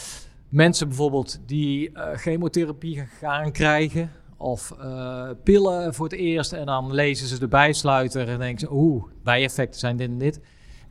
Mensen bijvoorbeeld die uh, chemotherapie gaan krijgen of uh, pillen voor het eerst en dan lezen ze de bijsluiter en denken ze, oeh, bijeffecten zijn dit en dit.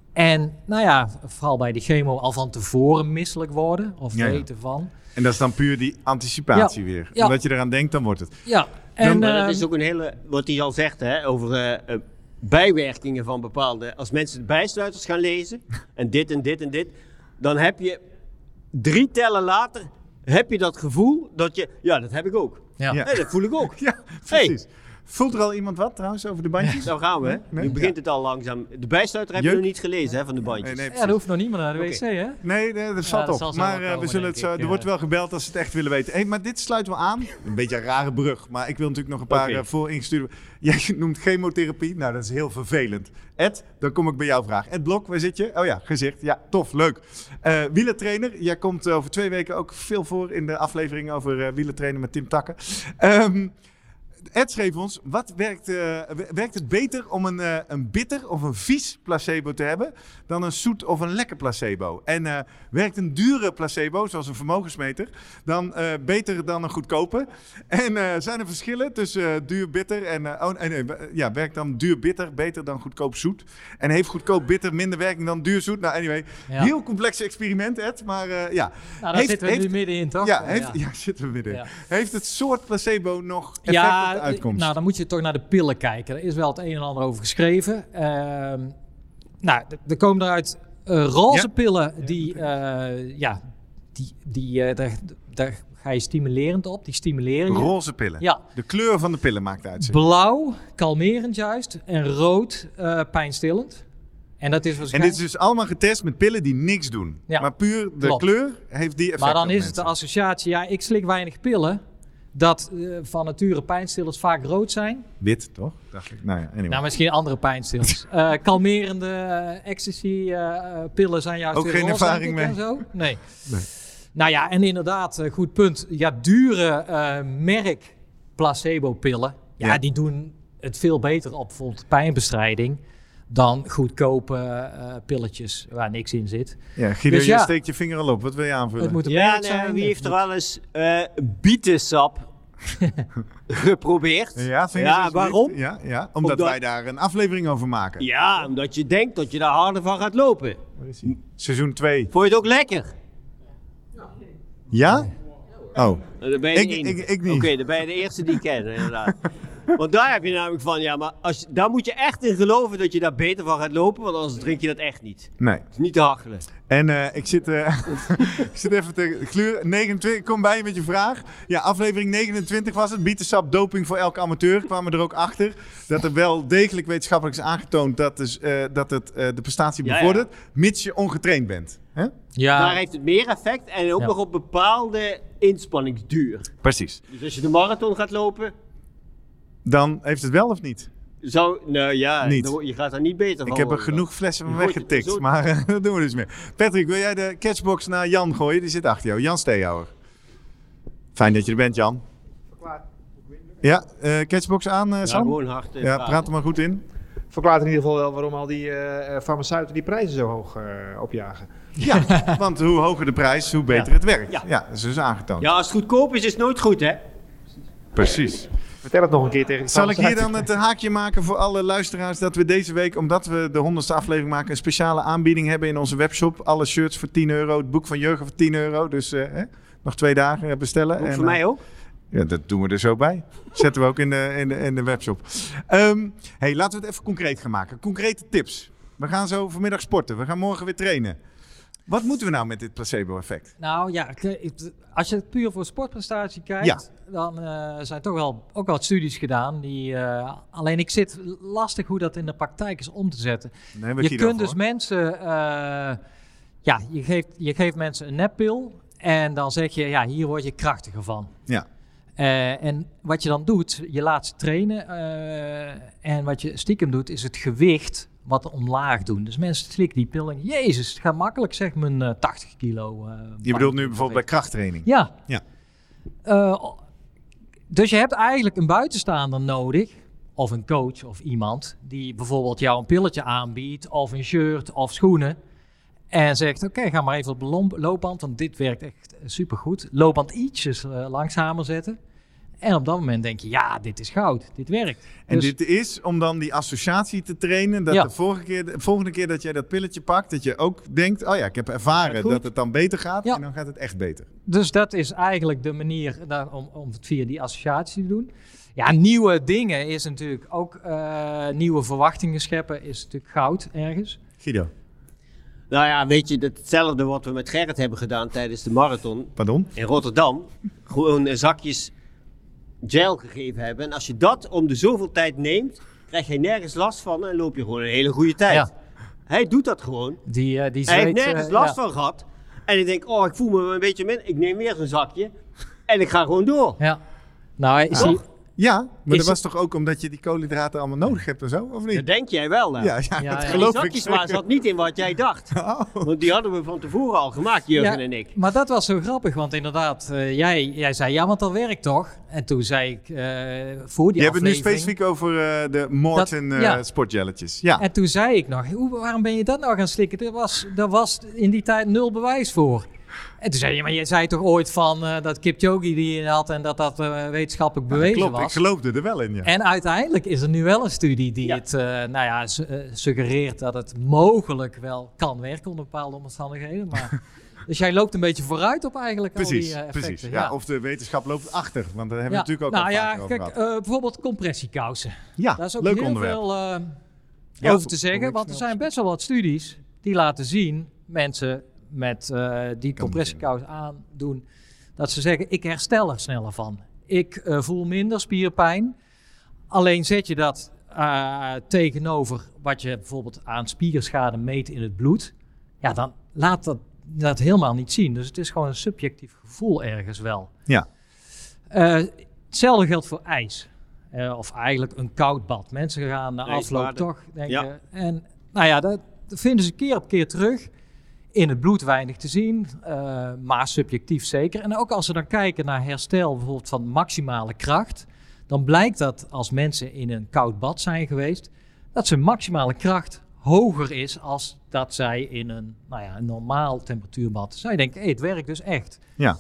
En nou ja, vooral bij die chemo al van tevoren misselijk worden of Ja, ja. weten van. En dat is dan puur die anticipatie Ja. weer. Ja. Omdat je eraan denkt, dan wordt het. Ja, en Dan, maar dat uh, is ook een hele, wat hij al zegt, hè, over uh, uh, bijwerkingen van bepaalde... Als mensen de bijsluiters gaan lezen, en dit en dit en dit, dan heb je drie tellen later, heb je dat gevoel dat je... Ja, dat heb ik ook. ja. Ja. Hey, dat voel ik ook. Ja, precies. Voelt er al iemand wat trouwens over de bandjes? Daar gaan we, hè. Nee? Nu begint het al langzaam. De bijsluiter heb je Jeuk? nog niet gelezen, hè, van de bandjes. Nee, nee, ja, precies. er hoeft nog niemand naar de Oké. wc, hè? Nee, nee, dat valt dat op. zal zo Maar wel uh, we komen, zullen het denk zo, ik, er wordt ja. wel gebeld als ze het echt willen weten. Hey, maar dit sluit wel aan. Een beetje een rare brug, maar ik wil natuurlijk nog een paar Oké. uh, voor ingestuurde. Jij noemt chemotherapie. Nou, dat is heel vervelend. Ed, dan kom ik bij jou vragen. Ed Blok, waar zit je? Oh ja, gezicht. Ja, tof, leuk. Uh, wielertrainer. Jij komt uh, over twee weken ook veel voor in de aflevering over uh, wielertrainen met Tim Takken. Um, Ed schreef ons, wat werkt, uh, werkt het beter om een, uh, een bitter of een vies placebo te hebben dan een zoet of een lekker placebo? En uh, werkt een dure placebo, zoals een vermogensmeter, dan uh, beter dan een goedkope? En uh, zijn er verschillen tussen uh, duur bitter en, uh, oh, nee, nee, ja, werkt dan duur bitter beter dan goedkoop zoet? En heeft goedkoop bitter minder werking dan duur zoet? Nou, anyway, Ja. heel complex experiment, Ed, maar uh, ja. Nou, daar Heeft- zitten we heeft- nu middenin, toch? Ja, heeft, ja. zitten we midden. Ja. Heeft het soort placebo nog effect Ja, op de uitkomst? Nou, dan moet je toch naar de pillen kijken. Er is wel het een en ander over geschreven. Uh, nou, er komen eruit uh, roze ja. pillen die, uh, ja, die, die uh, daar, daar ga je stimulerend op. Die stimuleren je. Roze pillen? Ja. De kleur van de pillen maakt uit. Blauw, kalmerend juist. En rood, uh, pijnstillend. En dat is waarschijnlijk... En dit is dus allemaal getest met pillen die niks doen. Ja. Maar puur de Klopt. kleur heeft die effect. Maar dan is mensen. het de associatie, ja, ik slik weinig pillen. Dat uh, van nature pijnstillers vaak rood zijn. Wit, toch? Dacht ik. Nou ja, anyway. Nou, misschien andere pijnstillers. uh, kalmerende uh, ecstasy uh, pillen zijn juist ook geen roze, ervaring mee. En zo. Nee. nee. Nou ja, en inderdaad, uh, goed punt. Ja, dure uh, merk placebo-pillen. Ja, ja, die doen het veel beter op bijvoorbeeld pijnbestrijding dan goedkope uh, pilletjes waar niks in zit. Ja, Guido, dus je ja, steekt je vinger al op. Wat wil je aanvullen? Het moet ja, nee, zijn. Wie heeft er wel eens uh, bietensap geprobeerd? Ja, ja waarom? Ja, ja, omdat, omdat wij daar een aflevering over maken. Ja, omdat je denkt dat je daar harder van gaat lopen. Waar is hij? Seizoen twee. Vond je het ook lekker? Ja? Oh. Dan ben je ik, ik, ik niet. Oké, okay, dan ben je de eerste die ik ken, inderdaad. Want daar heb je namelijk van, ja, maar als, daar moet je echt in geloven dat je daar beter van gaat lopen, want anders drink je dat echt niet. Nee. Het is niet te hachelen. En uh, ik, zit, uh, ik zit even te gluren. negenentwintig, ik kom bij je met je vraag. Ja, aflevering negenentwintig was het. Bietensap, doping voor elke amateur. Kwamen er ook achter dat er wel degelijk wetenschappelijk is aangetoond dat, dus, uh, dat het uh, de prestatie bevordert, ja, ja. mits je ongetraind bent. Hè? Ja. Daar heeft het meer effect en ook ja. nog op bepaalde inspanningsduur. Precies. Dus als je de marathon gaat lopen, dan heeft het wel of niet? Zo, nou ja, niet. Dan, je gaat daar niet beter van. Ik heb er genoeg flessen van weggetikt, zo... maar uh, dat doen we dus meer. Patrick, wil jij de catchbox naar Jan gooien? Die zit achter jou. Jan Steehouwer. Fijn dat je er bent, Jan. Verklaar. Ja, uh, catchbox aan, uh, Sam? Ja, gewoon hard. Uh, ja, praat er maar goed in. Verklaart in ieder geval wel waarom al die uh, farmaceuten die prijzen zo hoog uh, opjagen. Ja, want hoe hoger de prijs, hoe beter ja. het werkt. Ja. ja, dat is dus aangetoond. Ja, als het goedkoop is, is het nooit goed, hè? Precies. Vertel het nog een keer tegen die Zal ik hier dan het haakje maken voor alle luisteraars dat we deze week, omdat we de honderdste aflevering maken, een speciale aanbieding hebben in onze webshop. Alle shirts voor tien euro, het boek van Jurgen voor tien euro. Dus uh, hè, nog twee dagen bestellen. Ook en, voor mij ook? Ja, dat doen we er zo bij. Zetten we ook in de, in de, in de webshop. Um, hey, laten we het even concreet gaan maken. Concrete tips. We gaan zo vanmiddag sporten. We gaan morgen weer trainen. Wat moeten we nou met dit placebo-effect? Nou ja, als je het puur voor sportprestatie kijkt, ja. dan uh, zijn toch wel ook wel studies gedaan. Die, uh, alleen ik zit lastig hoe dat in de praktijk is om te zetten. Nee, je kunt dus mensen, uh, ja, je geeft, je geeft mensen een neppil en dan zeg je, ja, hier word je krachtiger van. Ja. Uh, en wat je dan doet, je laat ze trainen uh, en wat je stiekem doet, is het gewicht wat omlaag doen. Dus mensen slikken die pillen. Jezus, het gaat makkelijk, zeg mijn uh, tachtig kilo. Uh, je bedoelt nu bijvoorbeeld bij krachttraining? Ja. ja. Uh, dus je hebt eigenlijk een buitenstaander nodig, of een coach of iemand, die bijvoorbeeld jou een pilletje aanbiedt, of een shirt of schoenen, en zegt, oké, okay, ga maar even op de loopband, want dit werkt echt supergoed. Loopband ietsjes uh, langzamer zetten. En op dat moment denk je, ja, dit is goud, dit werkt. En dus, dit is om dan die associatie te trainen, dat ja. de, vorige keer, de volgende keer dat jij dat pilletje pakt, dat je ook denkt, oh ja, ik heb ervaren dat het dan beter gaat ja. en dan gaat het echt beter. Dus dat is eigenlijk de manier dan, om, om het via die associatie te doen. Ja, nieuwe dingen is natuurlijk ook, uh, nieuwe verwachtingen scheppen is natuurlijk goud ergens. Guido. Nou ja, weet je, hetzelfde wat we met Gerrit hebben gedaan tijdens de marathon. Pardon? In Rotterdam. Gewoon zakjes gel gegeven hebben. En als je dat om de zoveel tijd neemt, krijg je nergens last van en loop je gewoon een hele goede tijd. Ja. Hij doet dat gewoon. Die, uh, die Hij zweet, heeft nergens uh, last ja. van gehad. En ik denk, oh, ik voel me een beetje min. Ik neem weer zo'n zakje en ik ga gewoon door. Ja. Nou, is hij... Ja, maar is dat was toch ook omdat je die koolhydraten allemaal nodig hebt en zo, of niet? Dat denk jij wel, nou. Ja, ja, ja, dat ja. geloof die ik zakjes waar zat niet in wat jij dacht. Oh. Want die hadden we van tevoren al gemaakt, Jurgen ja, en ik. Maar dat was zo grappig, want inderdaad, uh, jij, jij zei, ja, want dat werkt toch? En toen zei ik, uh, voor die Je hebt het nu aflevering... specifiek over uh, de Morten uh, ja. sportjelletjes. Ja. En toen zei ik nog, hoe, waarom ben je dat nou gaan slikken? Er was, er was in die tijd nul bewijs voor. En toen zei je, maar je zei toch ooit van uh, dat Kipchoge die je had en dat dat uh, wetenschappelijk bewezen ja, klopt, was. Ik geloofde er wel in, ja. En uiteindelijk is er nu wel een studie die ja. het uh, nou ja, su- uh, suggereert dat het mogelijk wel kan werken onder bepaalde omstandigheden. Maar Dus jij loopt een beetje vooruit op eigenlijk Precies, al die uh, effecten. precies. Ja, Ja. Of de wetenschap loopt achter, want daar hebben Ja, we natuurlijk ook nou al ja, vaker over kijk, gehad. uh, bijvoorbeeld compressiekousen. Ja, Daar is ook leuk heel onderwerp. veel uh, Ja, over te hoe- zeggen. hoe Want er snel- zijn best wel wat studies die laten zien, mensen met uh, die compressiekous aandoen, dat ze zeggen, ik herstel er sneller van. Ik uh, voel minder spierpijn. Alleen zet je dat uh, tegenover wat je bijvoorbeeld aan spierschade meet in het bloed. Ja, dan laat dat, dat helemaal niet zien. Dus het is gewoon een subjectief gevoel ergens wel. Ja. Uh, hetzelfde geldt voor ijs. Uh, of eigenlijk een koud bad. Mensen gaan na afloop IJsbaden. toch denken... Ja. En nou ja, dat, dat vinden ze keer op keer terug. In het bloed weinig te zien, uh, maar subjectief zeker. En ook als ze dan kijken naar herstel bijvoorbeeld van maximale kracht, dan blijkt dat als mensen in een koud bad zijn geweest, dat zijn maximale kracht hoger is als dat zij in een, nou ja, een normaal temperatuurbad. Zij denken, hey, het werkt dus echt. Ja.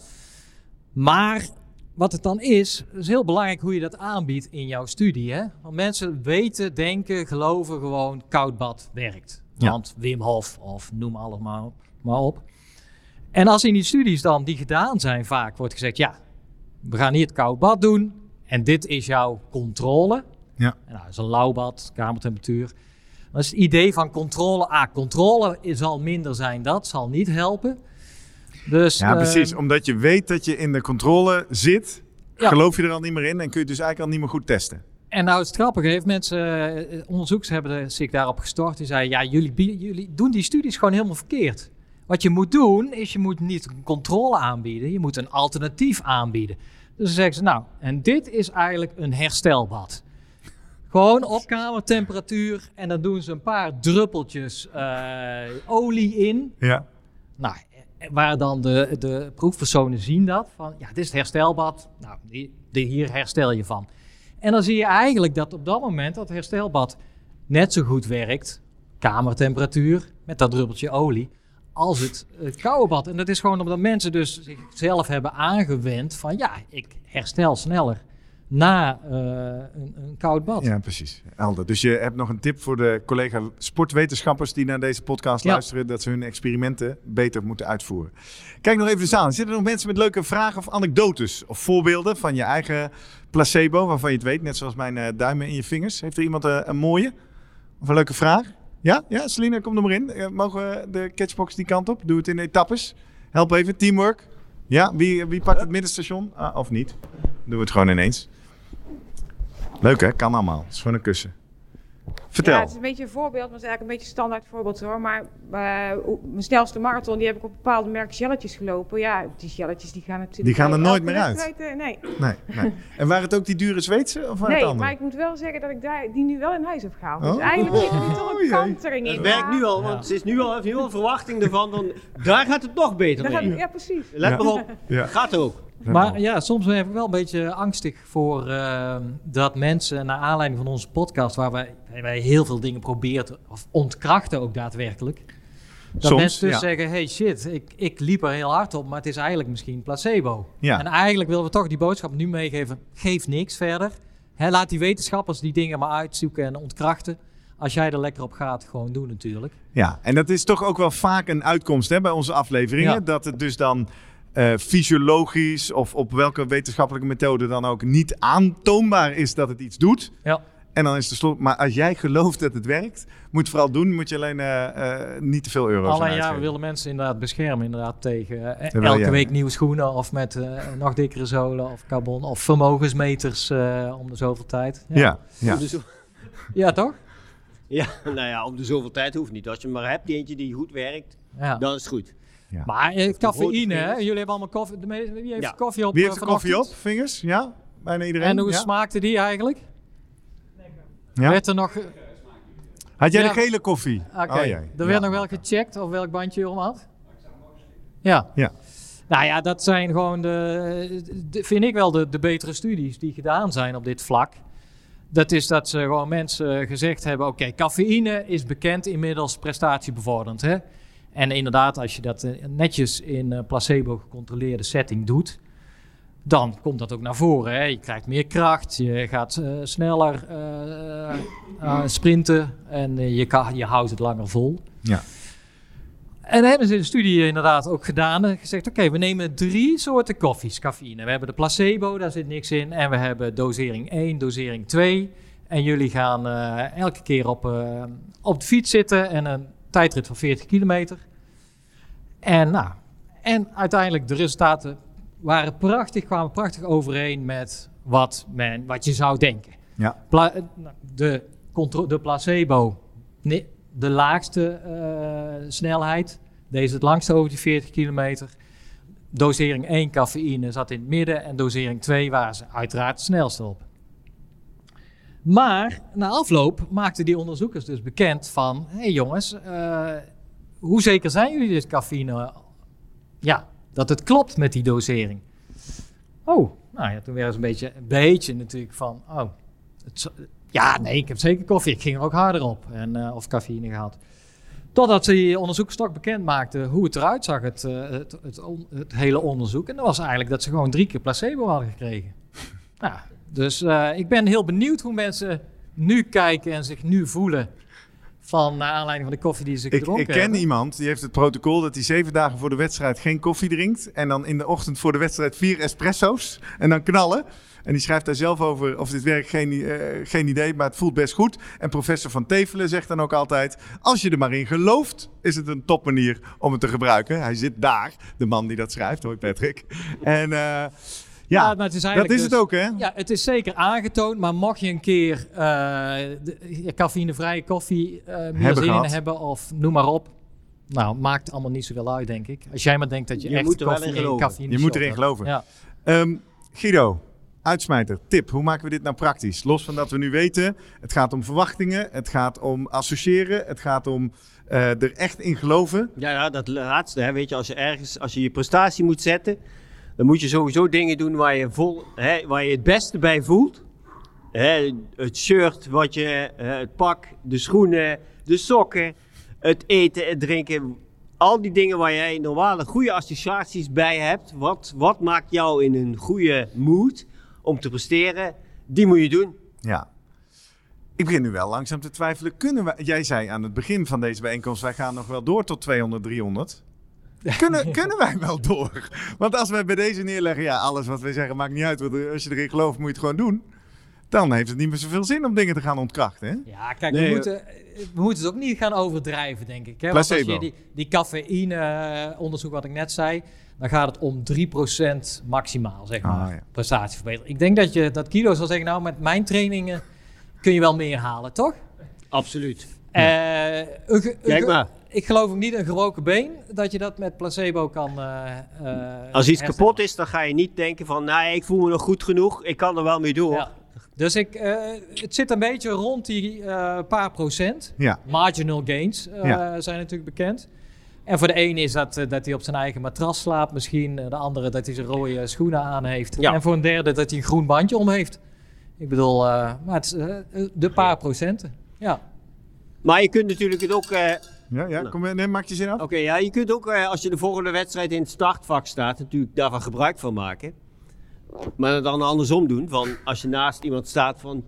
Maar wat het dan is, is heel belangrijk hoe je dat aanbiedt in jouw studie. Hè? Want mensen weten, denken, geloven gewoon koud bad werkt. Ja. Want Wim Hof of noem alles maar op, maar op. En als in die studies dan die gedaan zijn vaak wordt gezegd, ja, we gaan hier het koud bad doen en dit is jouw controle. Ja. En nou, dat is een lauw bad, kamertemperatuur. Dan is het idee van controle, ah, controle zal minder zijn, dat zal niet helpen. Dus, Ja, uh, precies. Omdat je weet dat je in de controle zit, Ja. geloof je er al niet meer in en kun je het dus eigenlijk al niet meer goed testen. En nou, het grappige heeft mensen, uh, onderzoekers hebben zich daarop gestort. Die zeiden, ja, jullie, bie- jullie doen die studies gewoon helemaal verkeerd. Wat je moet doen, is je moet niet een controle aanbieden. Je moet een alternatief aanbieden. Dus dan zeggen ze, nou, en dit is eigenlijk een herstelbad. Gewoon op kamertemperatuur. En dan doen ze een paar druppeltjes uh, olie in. Ja. Nou, waar dan de, de proefpersonen zien dat. Van, ja, dit is het herstelbad. Nou, die, die, hier herstel je van. En dan zie je eigenlijk dat op dat moment dat herstelbad net zo goed werkt, kamertemperatuur, met dat druppeltje olie, als het, het koude bad. En dat is gewoon omdat mensen dus zichzelf hebben aangewend van ja, ik herstel sneller na uh, een, een koud bad. Ja, precies. Helder. Dus je hebt nog een tip voor de collega sportwetenschappers die naar deze podcast Ja. luisteren, dat ze hun experimenten beter moeten uitvoeren. Kijk nog even de zaal. Zitten er nog mensen met leuke vragen of anekdotes of voorbeelden van je eigen placebo, waarvan je het weet, net zoals mijn uh, duimen in je vingers? Heeft er iemand uh, een mooie of een leuke vraag? Ja? Ja, Celine, kom er maar in. Uh, mogen we de catchbox die kant op? Doe het in etappes. Help even, teamwork. Ja, wie, wie pakt het middenstation? Ah, of niet? Doen we het gewoon ineens. Leuk hè, kan allemaal. Het is gewoon een kussen. Vertel. Ja, het is een beetje een voorbeeld, maar het is eigenlijk een beetje een standaard voorbeeld hoor. Maar uh, mijn snelste marathon, die heb ik op bepaalde merken jelletjes gelopen. Ja, die jelletjes die gaan natuurlijk... Die gaan er bij nooit elke meer uit. wedstrijd, uh, nee. Nee, nee. En waren het ook die dure Zweedse of waren Nee, het andere? maar ik moet wel zeggen dat ik daar, die nu wel in huis heb gehaald. Dus Oh. eigenlijk zit er nu toch Oh, een jee. kantering in. Het werkt maar- nu al, want ze is nu al, heeft nu al verwachting ervan. Dan, daar gaat het nog beter Daar mee. gaat- Ja, precies. Let Ja. maar op, Ja. gaat ook. Maar ja, soms ben ik wel een beetje angstig voor uh, dat mensen, naar aanleiding van onze podcast, waar wij, wij heel veel dingen proberen te, of ontkrachten ook daadwerkelijk. Dat Soms, mensen dus ja. zeggen, hey shit, ik, ik liep er heel hard op, maar het is eigenlijk misschien placebo. Ja. En eigenlijk willen we toch die boodschap nu meegeven, geef niks verder. Hè, laat die wetenschappers die dingen maar uitzoeken en ontkrachten. Als jij er lekker op gaat, gewoon doen natuurlijk. Ja, en dat is toch ook wel vaak een uitkomst hè, bij onze afleveringen. Ja. Dat het dus dan uh, fysiologisch of op welke wetenschappelijke methode dan ook niet aantoonbaar is dat het iets doet. Ja. En dan is het slot. Maar als jij gelooft dat het werkt, moet je het vooral doen. Moet je alleen uh, uh, niet te veel euro's aan Alleen ja, uitgeven. we willen mensen inderdaad beschermen inderdaad tegen uh, Terwijl elke jij- week nieuwe schoenen of met uh, nog dikkere zolen of carbon of vermogensmeters uh, om de zoveel tijd. Ja, Ja, ja. Om de zo- Ja, toch? ja, nou ja, om de zoveel tijd hoeft niet. Als je maar hebt, eentje die goed werkt, Ja. dan is het goed. Ja. Maar uh, grote cafeïne, hè? vingers. Jullie hebben allemaal koffie. De me- wie heeft Ja. koffie op? Wie uh, heeft de koffie op? vanochtend? Vingers? Ja? Bijna iedereen? En hoe ja? smaakte die eigenlijk? Ja? Werd er nog... Had jij Ja. de gele koffie? Oké, Oh, jee. er Ja. werd nog wel gecheckt of welk bandje je om had? Ja. Ja. Nou ja, dat zijn gewoon de, de vind ik wel de, de betere studies die gedaan zijn op dit vlak. Dat is dat ze gewoon mensen gezegd hebben, oké, okay, cafeïne is bekend inmiddels prestatiebevorderend. Hè? En inderdaad, als je dat uh, netjes in uh, placebo gecontroleerde setting doet, dan komt dat ook naar voren. Hè? Je krijgt meer kracht, je gaat uh, sneller uh, uh, sprinten en uh, je, kan, je houdt het langer vol. Ja. En hebben ze in de studie inderdaad ook gedaan en gezegd, oké, okay, we nemen drie soorten koffies, cafeïne. We hebben de placebo, daar zit niks in. En we hebben dosering één, dosering twee. En jullie gaan uh, elke keer op, uh, op de fiets zitten en een tijdrit van veertig kilometer. En, nou, en uiteindelijk de resultaten waren prachtig, kwamen prachtig overeen met wat, men, wat je zou denken. Ja. Pla- de, contro- de placebo, nee, de laagste uh, snelheid, deze het langste over die veertig kilometer. Dosering één cafeïne zat in het midden en dosering twee waren ze uiteraard het snelste op. Maar na afloop maakten die onderzoekers dus bekend van, hé hey jongens, uh, hoe zeker zijn jullie dit cafeïne? Ja, dat het klopt met die dosering. Oh, nou ja, toen werd ze een beetje, een beetje natuurlijk van, oh, het, ja, nee, ik heb zeker koffie. Ik ging er ook harder op en uh, of cafeïne gehad. Totdat ze die onderzoekers toch bekend maakten hoe het eruit zag, het, uh, het, het, on, het hele onderzoek. En dat was eigenlijk dat ze gewoon drie keer placebo hadden gekregen. Nou, dus uh, ik ben heel benieuwd hoe mensen nu kijken en zich nu voelen van naar aanleiding van de koffie die ze gedronken hebben. Ik ken iemand, die heeft het protocol dat hij zeven dagen voor de wedstrijd geen koffie drinkt. En dan in de ochtend voor de wedstrijd vier espresso's en dan knallen. En die schrijft daar zelf over, of dit werkt, geen, uh, geen idee, maar het voelt best goed. En professor Van Tevelen zegt dan ook altijd, als je er maar in gelooft, is het een topmanier om het te gebruiken. Hij zit daar, de man die dat schrijft, hoi Patrick. En... Uh, Ja, ja, maar het is dat is dus, het ook, hè? Ja, het is zeker aangetoond, maar mocht je een keer uh, de, cafeïnevrije koffie uh, meer zin in hebben of noem maar op. Nou, maakt allemaal niet zoveel uit, denk ik. Als jij maar denkt dat je, je echt moet er koffie wel in en cafeïne Je moet erin geloven. Ja. Um, Guido, uitsmijter, tip. Hoe maken we dit nou praktisch? Los van dat we nu weten, het gaat om verwachtingen, het gaat om associëren, het gaat om uh, er echt in geloven. Ja, ja, dat laatste, hè, weet je, als je ergens, als je je prestatie moet zetten, dan moet je sowieso dingen doen waar je, vol, hè, waar je het beste bij voelt. Hè, het shirt, wat je, het pak, de schoenen, de sokken, het eten, het drinken. Al die dingen waar jij normale goede associaties bij hebt. Wat, wat maakt jou in een goede mood om te presteren? Die moet je doen. Ja. Ik begin nu wel langzaam te twijfelen. Kunnen we, jij zei aan het begin van deze bijeenkomst, wij gaan nog wel door tot tweehonderd, driehonderd. Kunnen, kunnen wij wel door? Want als wij bij deze neerleggen, ja, alles wat wij zeggen maakt niet uit. Want als je erin gelooft, moet je het gewoon doen. Dan heeft het niet meer zoveel zin om dingen te gaan ontkrachten. Hè? Ja, kijk, nee, we, moeten, we moeten het ook niet gaan overdrijven, denk ik. Hè? Placebo. Want als je die, die cafeïne-onderzoek wat ik net zei, dan gaat het om drie procent maximaal, zeg maar, ah, ja. prestatieverbetering. Ik denk dat, je, dat Guido zal zeggen, nou, met mijn trainingen kun je wel meer halen, toch? Absoluut. Uh, een, Kijk maar. Ik geloof ook niet een gebroken been, dat je dat met placebo kan uh, uh, Als iets herstellen. kapot is, dan ga je niet denken van, nou, ik voel me nog goed genoeg, ik kan er wel mee door. Ja. Dus ik, uh, het zit een beetje rond die uh, paar procent. Ja. Marginal gains uh, Ja. zijn natuurlijk bekend. En voor de ene is dat, uh, dat hij op zijn eigen matras slaapt misschien. De andere dat hij zijn rode schoenen aan heeft. Ja. En voor een derde dat hij een groen bandje om heeft. Ik bedoel, uh, maar het is uh, de paar procenten. Ja. Maar je kunt natuurlijk het ook... Uh, Ja, ja. Kom, nee, maak je zin af. Oké, okay, ja, je kunt ook uh, als je de volgende wedstrijd in het startvak staat, natuurlijk daarvan gebruik van maken. Maar dan andersom doen, van als je naast iemand staat van...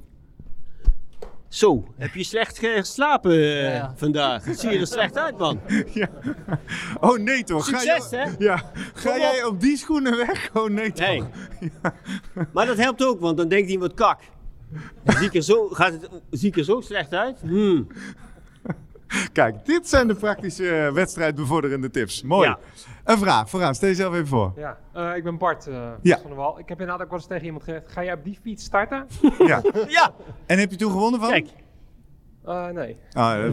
Zo, heb je slecht geslapen uh, Ja, ja. vandaag? Zie je er slecht uit, man. Ja. Oh nee toch? Succes, ga je, hè? Ja. Ga jij op die schoenen weg? Oh nee toch? Hey. Ja. Maar dat helpt ook, want dan denkt iemand kak. Zie ik er zo, gaat het, zie ik er zo slecht uit? Hmm. Kijk, dit zijn de praktische uh, wedstrijdbevorderende tips. Mooi. Ja. Een vraag, vooraan. Stel jezelf even voor. Ja, uh, ik ben Bart uh, Ja. van der Wal. Ik heb inderdaad ook wel eens tegen iemand gezegd, ga jij op die fiets starten? Ja. Ja, En heb je toen gewonnen van? kijk. Uh, nee. Ah,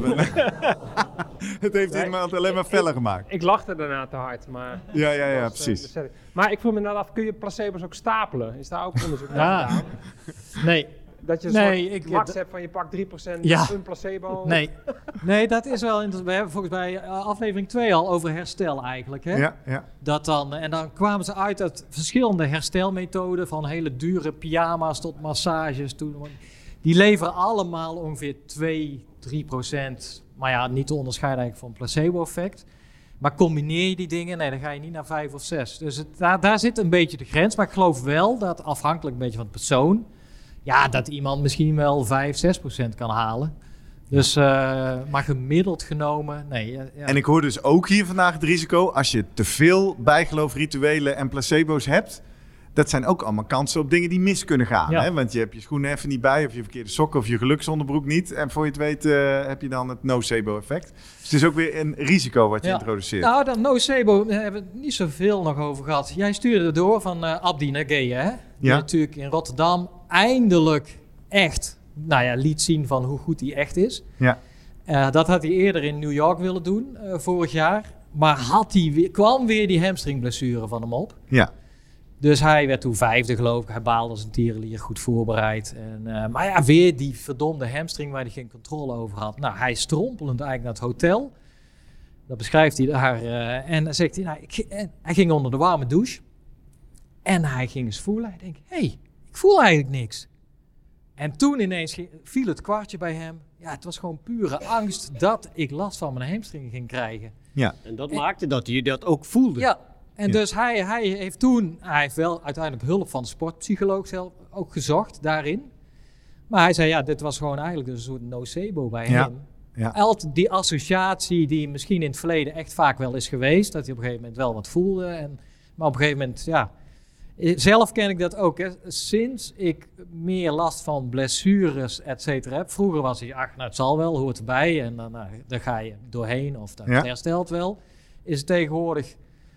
het heeft Nee, iemand alleen maar feller gemaakt. Ik lachte daarna te hard, maar... Ja, ja, ja, dat was, uh, precies. de setting. Maar ik vroeg me inderdaad af, kun je placebo's ook stapelen? Is daar ook onderzoek naar Ja. gedaan? Nee. Dat je een Nee, soort ik- max d- hebt van je pak drie procent Ja. een placebo. Nee. nee, dat is wel interessant. We hebben volgens mij uh, aflevering twee al over herstel eigenlijk. Hè? Ja, ja. Dat dan, en dan kwamen ze uit uit verschillende herstelmethoden, van hele dure pyjama's tot massages. Toe. Die leveren allemaal ongeveer twee, drie procent, maar ja, niet te onderscheiden eigenlijk van placebo-effect. Maar combineer je die dingen, nee, dan ga je niet naar vijf of zes. Dus het, daar, daar zit een beetje de grens. Maar ik geloof wel dat afhankelijk een beetje van de persoon, ja, dat iemand misschien wel vijf, zes procent kan halen. Dus, uh, maar gemiddeld genomen, nee. Ja, ja. En ik hoor dus ook hier vandaag het risico, als je te veel bijgeloofrituelen en placebo's hebt, dat zijn ook allemaal kansen op dingen die mis kunnen gaan. Ja. Hè? Want je hebt je schoenen even niet bij, of je verkeerde sokken, of je geluksonderbroek niet. En voor je het weet uh, heb je dan het nocebo-effect. Dus het is ook weer een risico wat je ja. introduceert. Nou, dat nocebo, daar hebben we het niet zoveel nog over gehad. Jij stuurde het door van uh, Abdi Nageye, hè? Die ja. natuurlijk in Rotterdam eindelijk echt, nou ja, liet zien van hoe goed hij echt is. Ja. Uh, dat had hij eerder in New York willen doen, uh, vorig jaar. Maar had hij weer, kwam weer die hamstringblessure van hem op. Ja. Dus hij werd toen vijfde, geloof ik. Hij baalde als een tierenlier, goed voorbereid. En, uh, maar ja, weer die verdomde hamstring waar hij geen controle over had. Nou, hij strompelend eigenlijk naar het hotel. Dat beschrijft hij daar. Uh, en dan zegt hij, nou, ik, en hij ging onder de warme douche. En hij ging eens voelen. Hij denkt, hé, hey, ik voel eigenlijk niks. En toen ineens ging, viel het kwartje bij hem. Ja, het was gewoon pure angst dat ik last van mijn hamstring ging krijgen. Ja. En dat en, maakte dat hij dat ook voelde. Ja. En ja. dus hij, hij heeft toen, hij heeft wel uiteindelijk hulp van de sportpsycholoog zelf ook gezocht daarin. Maar hij zei, ja, dit was gewoon eigenlijk dus een soort nocebo bij ja. hem. Ja. Altijd die associatie die misschien in het verleden echt vaak wel is geweest, dat hij op een gegeven moment wel wat voelde. En, maar op een gegeven moment, ja, zelf ken ik dat ook. Hè. Sinds ik meer last van blessures, et cetera, heb. Vroeger was hij, ach, nou, het zal wel, hoort erbij. En dan, nou, dan ga je doorheen of dat ja. herstelt wel. Is het tegenwoordig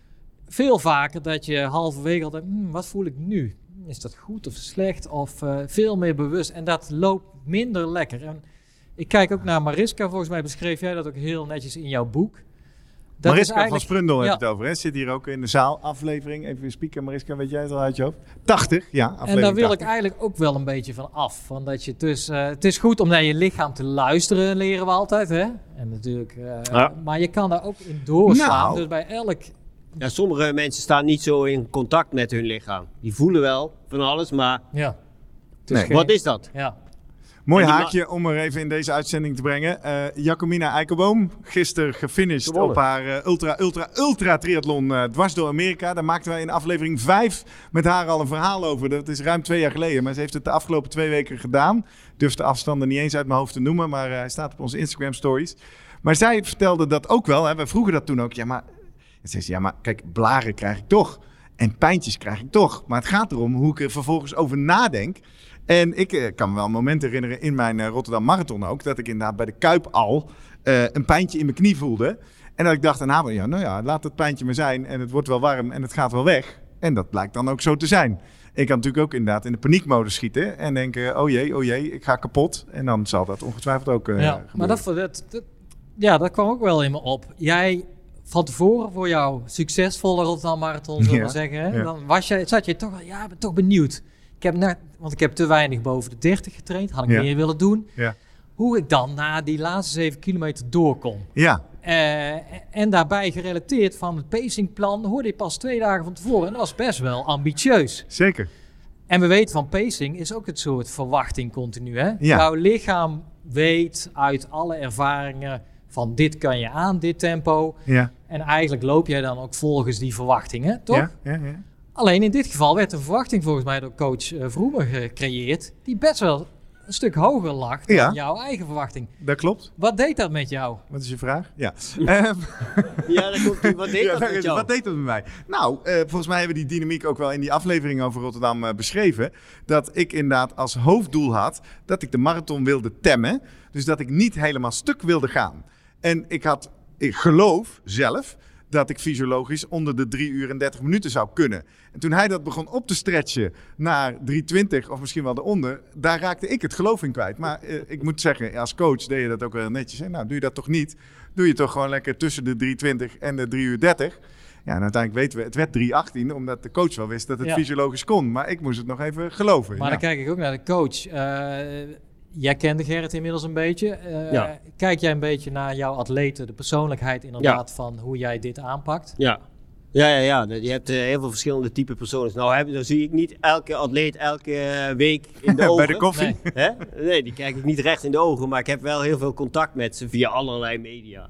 veel vaker dat je halverwege altijd, hm, wat voel ik nu? Is dat goed of slecht? Of uh, veel meer bewust. En dat loopt minder lekker. En ik kijk ook naar Mariska. Volgens mij beschreef jij dat ook heel netjes in jouw boek. Dat Mariska eigenlijk, van Sprundel ja. heb je het over. Hè? Zit hier ook in de zaal. Aflevering. Even weer spieken. Mariska, weet jij het al uit je hoofd? tachtig, ja. Aflevering en daar wil tachtig. ik eigenlijk ook wel een beetje van af. Van dat je dus, uh, het is goed om naar je lichaam te luisteren, leren we altijd. Hè? En natuurlijk, uh, ja. Maar je kan daar ook in doorslaan. Nou. Dus bij elk... Ja, sommige mensen staan niet zo in contact met hun lichaam. Die voelen wel van alles, maar Ja. Nee. geen- wat is dat? Ja. Mooi En die haakje om er even in deze uitzending te brengen. Uh, Jacomina Eikelboom, gisteren gefinished Gewonnen. op haar uh, ultra, ultra, ultra triathlon uh, dwars door Amerika. Daar maakten wij in aflevering vijf met haar al een verhaal over. Dat is ruim twee jaar geleden, maar ze heeft het de afgelopen twee weken gedaan. Durf de afstanden niet eens uit mijn hoofd te noemen, maar uh, hij staat op onze Instagram stories. Maar zij vertelde dat ook wel. Hè. We vroegen dat toen ook. Ja, maar, en zei ze, ja, maar kijk, blaren krijg ik toch. En pijntjes krijg ik toch. Maar het gaat erom hoe ik er vervolgens over nadenk. En ik uh, kan me wel een moment herinneren in mijn uh, Rotterdam Marathon ook, dat ik inderdaad bij de Kuip al uh, een pijntje in mijn knie voelde. En dat ik dacht, nou ja, nou ja, laat het pijntje maar zijn en het wordt wel warm en het gaat wel weg. En dat blijkt dan ook zo te zijn. Ik kan natuurlijk ook inderdaad in de paniekmodus schieten en denken, oh jee, oh jee, ik ga kapot. En dan zal dat ongetwijfeld ook uh, ja, gebeuren. maar dat, dat, dat, ja, dat kwam ook wel in me op. Jij van tevoren voor jouw succesvolle Rotterdam Marathon, zullen we Ja, maar zeggen, hè? ja. Dan was jij, zat je toch wel, ja, ben toch benieuwd. Ik heb net, want ik heb te weinig boven de dertig getraind, had ik Ja. meer willen doen. Ja. Hoe ik dan na die laatste zeven kilometer door kon. Ja, Uh, en daarbij gerelateerd van het pacingplan hoorde je pas twee dagen van tevoren. En dat was best wel ambitieus. zeker. En we weten van pacing is ook het soort verwachting continu. Hè? Ja. Jouw lichaam weet uit alle ervaringen van dit kan je aan, dit tempo. Ja. En eigenlijk loop jij dan ook volgens die verwachtingen, toch? Ja, ja, ja. Alleen in dit geval werd een verwachting volgens mij door coach uh, Vroemen gecreëerd. Die best wel een stuk hoger lag dan Ja. jouw eigen verwachting. Dat klopt. Wat deed dat met jou? Wat is je vraag? Ja. Ehm, Ja, dat komt, wat deed Ja, dat daar met is- jou? Wat deed dat met mij? Nou, eh, volgens mij hebben we die dynamiek ook wel in die aflevering over Rotterdam eh, beschreven. Dat ik inderdaad als hoofddoel had dat ik de marathon wilde temmen. Dus dat ik niet helemaal stuk wilde gaan. En ik had, ik geloof zelf, dat ik fysiologisch onder de drie uur en dertig minuten zou kunnen. En toen hij dat begon op te stretchen naar drie twintig of misschien wel eronder, daar raakte ik het geloof in kwijt. Maar eh, ik moet zeggen, als coach deed je dat ook wel netjes. Hè? Nou, doe je dat toch niet? Doe je toch gewoon lekker tussen de drie twintig en de drie uur dertig. Ja, en uiteindelijk weten we, het werd drie achttien, omdat de coach wel wist dat het Ja. fysiologisch kon. Maar ik moest het nog even geloven. Maar ja. dan kijk ik ook naar de coach. Uh, jij kende Gerrit inmiddels een beetje. Uh, Ja. Kijk jij een beetje naar jouw atleten, de persoonlijkheid inderdaad van hoe jij dit aanpakt? Ja. Ja, ja, ja. Je hebt uh, heel veel verschillende type personen. Nou, heb, dan zie ik niet elke atleet elke uh, week in de ogen. Bij de koffie. Nee. Hè? Nee, die kijk ik niet recht in de ogen, maar ik heb wel heel veel contact met ze via allerlei media.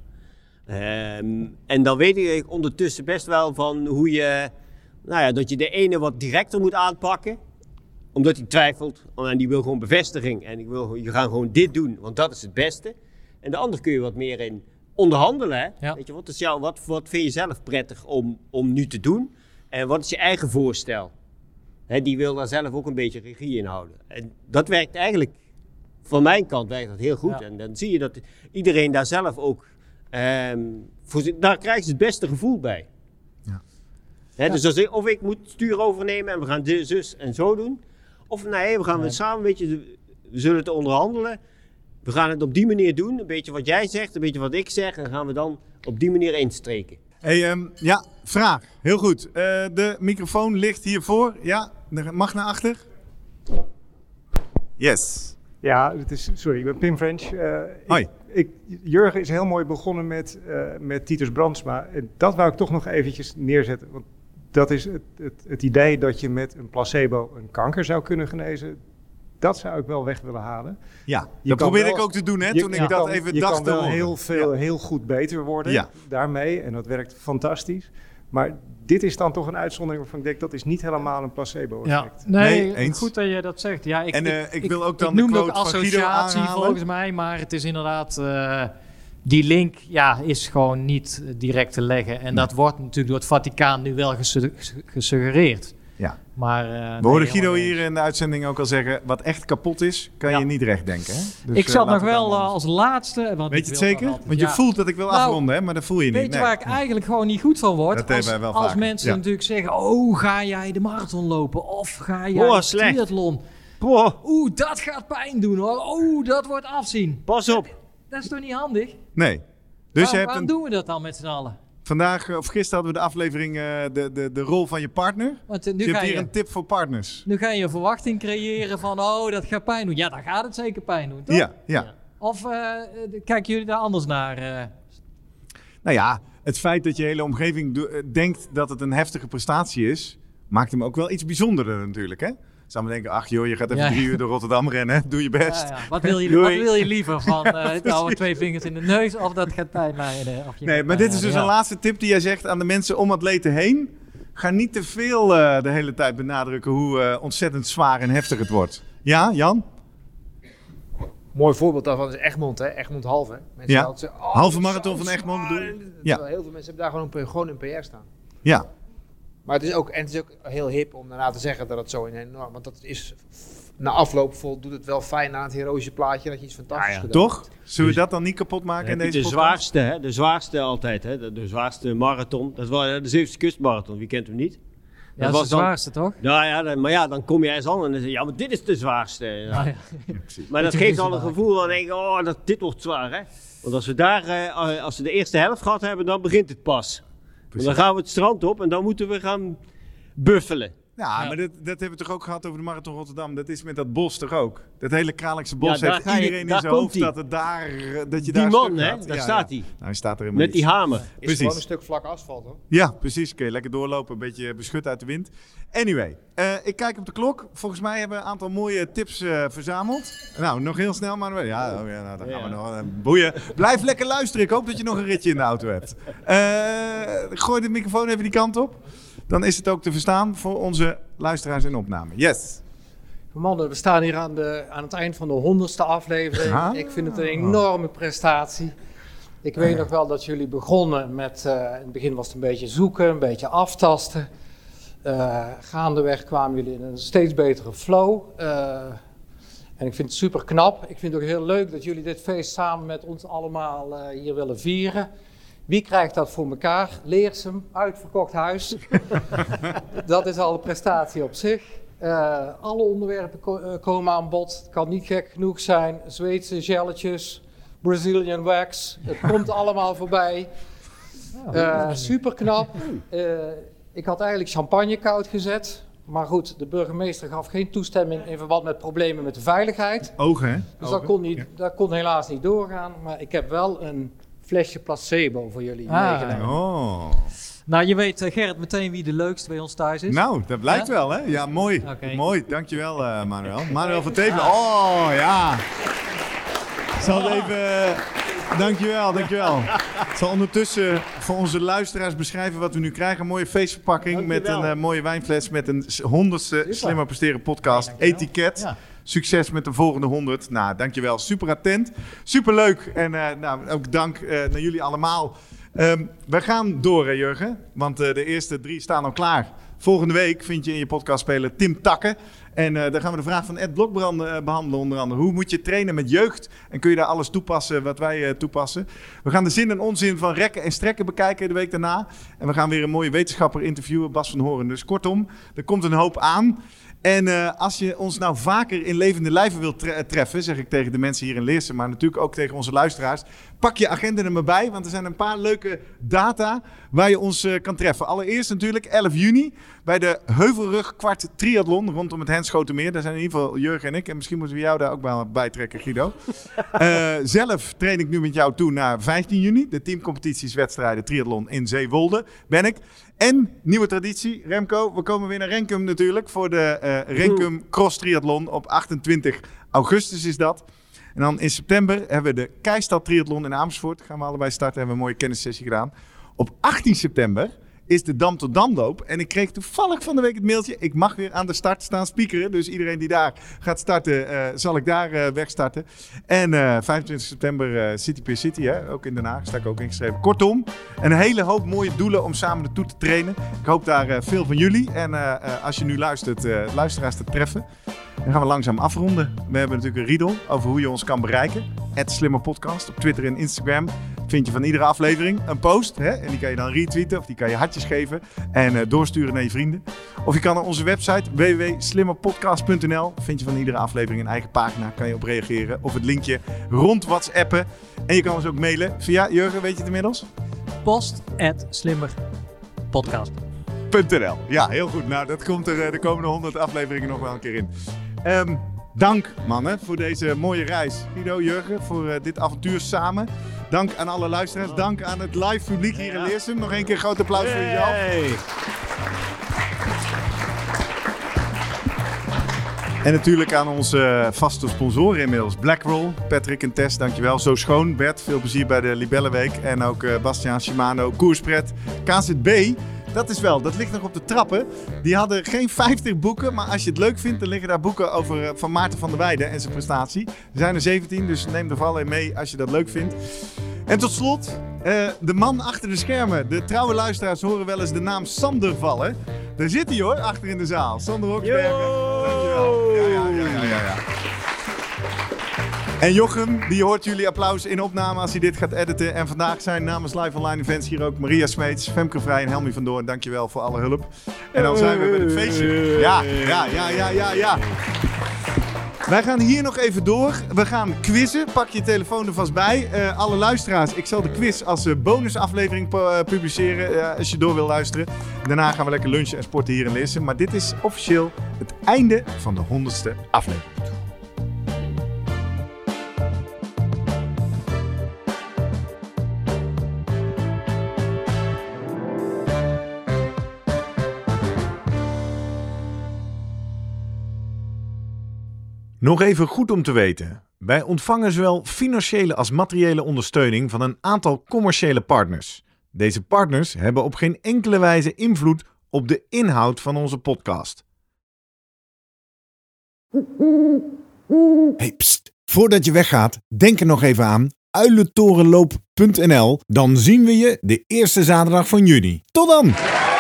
Um, en dan weet ik ondertussen best wel van hoe je, nou ja, dat je de ene wat directer moet aanpakken, omdat hij twijfelt en die wil gewoon bevestiging en ik wil, je gaat gewoon dit doen, want dat is het beste. En de ander kun je wat meer in onderhandelen. Hè? Ja. Weet je, wat, is jou, wat, wat vind je zelf prettig om, om nu te doen? En wat is je eigen voorstel? Hè, die wil daar zelf ook een beetje regie in houden. En dat werkt eigenlijk, van mijn kant werkt dat heel goed. Ja. En dan zie je dat iedereen daar zelf ook, um, voor, daar krijgt ze het beste gevoel bij. Ja. Hè, dus als ik, of ik moet het stuur overnemen en we gaan de, zus en zo doen. Of nee, we gaan Nee. het samen een beetje, we zullen het onderhandelen. We gaan het op die manier doen. Een beetje wat jij zegt, een beetje wat ik zeg. En gaan we dan op die manier instreken. Hey, um, ja, vraag. Heel goed. Uh, de microfoon ligt hiervoor. Ja, mag naar achter. Yes. Ja, het is, sorry, ik ben Pim French. Uh, Hoi. Ik, ik, Jurgen is heel mooi begonnen met, uh, met Titus Brandsma. En dat wou ik toch nog eventjes neerzetten. Want dat is het, het, het idee dat je met een placebo een kanker zou kunnen genezen. Dat zou ik wel weg willen halen. Ja, Je dat kan probeerde wel- ik ook te doen, hè, Je- toen ik je dat kan- even je dacht kan te wel horen. heel veel, Ja. heel goed beter worden Ja. daarmee. En dat werkt fantastisch. Maar dit is dan toch een uitzondering waarvan ik denk, dat is niet helemaal een placebo-effect. Ja, nee, Nee, eens. goed dat je dat zegt. Ja, ik, En, eh, ik, ik wil ook dan ik de noemde ook quote van Guido associatie aanhalen. volgens mij, maar het is inderdaad, uh, die link ja, is gewoon niet direct te leggen. En Nee. dat wordt natuurlijk door het Vaticaan nu wel gesu- gesuggereerd. Ja. Maar, uh, We nee, hoorden Guido helemaal hier eens. in de uitzending ook al zeggen, wat echt kapot is, kan Ja. je niet recht denken. Hè? Dus, ik eh, zat laten nog we wel dan uh, anders- als laatste. Want Weet ik je het wil zeker? dan altijd- Want je ja. voelt dat ik wil Nou, afronden, hè? Maar dat voel je niet. Weet je Nee. waar ik eigenlijk gewoon niet goed van word? Dat hebben als wij wel als vaker. mensen Ja. natuurlijk zeggen, oh, ga jij de marathon lopen? Of ga jij Oh, de slecht. triathlon? Boah, Oeh, dat gaat pijn doen hoor. Oeh, dat wordt afzien. pas op. Dat is toch niet handig? Nee. Dus Waar- je hebt waarom een, doen we dat dan met z'n allen? vandaag, eh, of gisteren hadden we de aflevering, eh, de, de, de rol van je partner. Want uh, Dus nu, je ga hebt hier je, een tip voor partners. nu ga je een verwachting creëren van, oh, dat gaat pijn doen. Ja, dan gaat het zeker pijn doen, toch? Ja, ja. Of uh, kijken jullie daar anders naar? Uh? Nou ja, het feit dat je hele omgeving do- eh, denkt dat het een heftige prestatie is, maakt hem ook wel iets bijzonderder natuurlijk, hè? Zou men denken, ach joh, je gaat even Ja. drie uur door Rotterdam rennen, doe je best. Ja, ja. Wat, wil je, wat wil je liever? Van uh, het oude twee vingers in de neus of dat gaat pijn leiden? Of je Nee, gaat maar pijn dit is dus leiden, een ja. laatste tip die jij zegt aan de mensen om atleten heen. Ga niet te veel eh, de hele tijd benadrukken hoe eh, ontzettend zwaar en heftig het wordt. Ja, Jan? Mooi voorbeeld daarvan is Egmond, hè? Egmond halve. Mensen Ja. altijd zeggen, oh, Halve dat is marathon zo van Egmond zwaar. bedoel je? En- Ja. Terwijl heel veel mensen hebben daar gewoon een, gewoon een P R staan. Ja. Maar het is ook, en het is ook heel hip om daarna te zeggen dat het zo in enorm, want dat is na afloop vol doet het wel fijn aan het heroïsche plaatje dat je iets fantastisch Ja, ja. gedaan Toch? hebt. Zullen we dat dan niet kapot maken in Dan heb je deze de podcast? zwaarste, hè? De zwaarste altijd, hè? De, de zwaarste marathon. Dat was de Zeeuwse Kustmarathon. Wie kent hem niet? Ja, dat is het dan- zwaarste, toch? Nou ja, dan, maar ja, dan kom je ergens aan en dan zeg je, ja, maar dit is de zwaarste. Ja. Ah, ja. Maar dat Dit geeft is al een zwaar. gevoel van, denk, oh, dat, dit wordt zwaar, hè. Want als we daar, eh, als we de eerste helft gehad hebben, dan begint het pas. Want dan gaan we het strand op en dan moeten we gaan buffelen. Ja, Ja. maar dat, dat hebben we toch ook gehad over de Marathon Rotterdam. Dat is met dat bos toch ook? Dat hele Kralingse bos Ja, daar heeft ga je- iedereen in daar zijn komt hoofd hij. dat, het daar, eh, dat je Die daar man, stuk hè, gaat. daar Ja, staat ja. hij. Nou, hij staat er helemaal Met die niet. hamer. Is Precies. gewoon een stuk vlak asfalt, hoor. Ja, precies. Kun je lekker doorlopen, een beetje beschut uit de wind. Anyway, eh, ik kijk op de klok. Volgens mij hebben we een aantal mooie tips eh, verzameld. Nou, nog heel snel, maar ja, oh, ja nou, dan gaan we Ja. nog. eh, boeien. Blijf lekker luisteren. Ik hoop dat je nog een ritje in de auto hebt. Eh, gooi de microfoon even die kant op. Dan is het ook te verstaan voor onze luisteraars in opname. Yes. Mannen, we staan hier aan, de, aan het eind van de honderdste aflevering. Ah. Ik vind het een enorme prestatie. Ik weet nog wel dat jullie begonnen met, uh, in het begin was het een beetje zoeken, een beetje aftasten. Uh, gaandeweg kwamen jullie in een steeds betere flow. Uh, en ik vind het super knap. Ik vind het ook heel leuk dat jullie dit feest samen met ons allemaal uh, hier willen vieren. Wie krijgt dat voor elkaar? Leersum, uitverkocht huis. Dat is al een prestatie op zich. Uh, alle onderwerpen ko- uh, komen aan bod. Het kan niet gek genoeg zijn. Zweedse gelletjes, Brazilian wax. Het komt allemaal voorbij. Uh, super knap. Uh, ik had eigenlijk champagne koud gezet. Maar goed, de burgemeester gaf geen toestemming in verband met problemen met de veiligheid. Ogen, hè? Dus dat kon, niet, dat kon helaas niet doorgaan. Maar ik heb wel een flesje placebo voor jullie Ah. meegenomen. Oh. Nou, je weet, uh, Gerrit, meteen wie de leukste bij ons thuis is. Nou, dat blijkt Ja? wel, hè? Ja, mooi. Oké. Mooi, dankjewel, uh, Manuel. Manuel van Teven. Oh, ja. Ik zal het even... Dankjewel, dankjewel. Ik zal ondertussen voor onze luisteraars beschrijven wat we nu krijgen. Een mooie feestverpakking dankjewel. Met een uh, mooie wijnfles met een honderdste Slimmer Presteren podcast dankjewel. Etiket. Ja. Succes met de volgende honderd. Nou, dankjewel. Super attent. Super leuk. En uh, nou, ook dank uh, naar jullie allemaal. Um, we gaan door, hè, Jurgen. Want uh, de eerste drie staan al klaar. Volgende week vind je in je podcastspeler Tim Takke. En uh, dan gaan we de vraag van Ed Blokbrand uh, behandelen onder andere. Hoe moet je trainen met jeugd? En kun je daar alles toepassen wat wij uh, toepassen? We gaan de zin en onzin van rekken en strekken bekijken de week daarna. En we gaan weer een mooie wetenschapper interviewen, Bas van Horen. Dus kortom, er komt een hoop aan. En uh, als je ons nou vaker in levende lijven wilt tre- treffen, zeg ik tegen de mensen hier in Leersum, maar natuurlijk ook tegen onze luisteraars, pak je agenda er maar bij, want er zijn een paar leuke data waar je ons uh, kan treffen. Allereerst natuurlijk elf juni bij de Heuvelrug Kwart Triathlon rondom het Henschotermeer. Daar zijn in ieder geval Jurgen en ik en misschien moeten we jou daar ook wel bij trekken, Guido. uh, zelf train ik nu met jou toe naar vijftien juni, de teamcompetitieswedstrijden triathlon in Zeewolde ben ik. En, nieuwe traditie, Remco, we komen weer naar Renkum natuurlijk voor de uh, Renkum Cross Triathlon op achtentwintig augustus is dat. En dan in september hebben we de Keistad Triathlon in Amersfoort. Gaan we allebei starten, hebben we een mooie kennissessie gedaan. Op achttien september is de Dam tot Damloop. En ik kreeg toevallig van de week het mailtje. Ik mag weer aan de start staan speakeren. Dus iedereen die daar gaat starten, uh, zal ik daar uh, wegstarten. En uh, vijfentwintig september uh, City Pier City, hè? Ook in Den Haag. Sta ik ook ingeschreven. Kortom, een hele hoop mooie doelen om samen naartoe te trainen. Ik hoop daar uh, veel van jullie. En uh, uh, als je nu luistert, uh, luisteraars te treffen. Dan gaan we langzaam afronden. We hebben natuurlijk een riedel over hoe je ons kan bereiken. at Slimmer Podcast op Twitter en Instagram. Vind je van iedere aflevering een post. Hè? En die kan je dan retweeten of die kan je hartjes geven. En uh, doorsturen naar je vrienden. Of je kan naar onze website w w w punt slimmerpodcast punt n l. Vind je van iedere aflevering een eigen pagina. Kan je op reageren. Of het linkje rond WhatsAppen. En je kan ons ook mailen via, Jurgen, weet je het inmiddels? Post at slimmerpodcast punt n l. Ja, heel goed. Nou, dat komt er uh, de komende honderd afleveringen nog wel een keer in. Um, dank mannen voor deze mooie reis. Guido, Jurgen, voor uh, dit avontuur samen. Dank aan alle luisteraars. Dank aan het live publiek hier in Leersum. Nog een keer groot applaus voor jezelf. Hey. En natuurlijk aan onze vaste sponsoren inmiddels. Blackroll, Patrick en Tess, dankjewel. Zo Schoon, Bert, veel plezier bij de Libellenweek. En ook uh, Bastiaan, Shimano, Koerspret, K Z B. Dat is wel, dat ligt nog op de trappen. Die hadden geen vijftig boeken, maar als je het leuk vindt, dan liggen daar boeken over uh, van Maarten van der Weijden en zijn prestatie. Er zijn er zeventien, dus neem er vooral in mee als je dat leuk vindt. En tot slot, uh, de man achter de schermen. De trouwe luisteraars horen wel eens de naam Sander vallen. Daar zit hij hoor, achter in de zaal. Sander Hoksbergen. Dankjewel. Ja, ja, ja, ja, ja, ja. En Jochem, die hoort jullie applaus in opname als hij dit gaat editen. En vandaag zijn namens Live Online Events hier ook Maria Smeets, Femke Vrij en Helmi van Doorn. Dankjewel voor alle hulp. En dan zijn we bij het feestje. Ja, ja, ja, ja, ja, ja. Wij gaan hier nog even door. We gaan quizzen. Pak je telefoon er vast bij. Uh, alle luisteraars, ik zal de quiz als uh, bonusaflevering uh, publiceren uh, als je door wil luisteren. Daarna gaan we lekker lunchen en sporten hier in Leersum. Maar dit is officieel het einde van de honderdste aflevering. Nog even goed om te weten. Wij ontvangen zowel financiële als materiële ondersteuning van een aantal commerciële partners. Deze partners hebben op geen enkele wijze invloed op de inhoud van onze podcast. Hey, pst. Voordat je weggaat, denk er nog even aan uilentorenloop punt n l. Dan zien we je de eerste zaterdag van juni. Tot dan!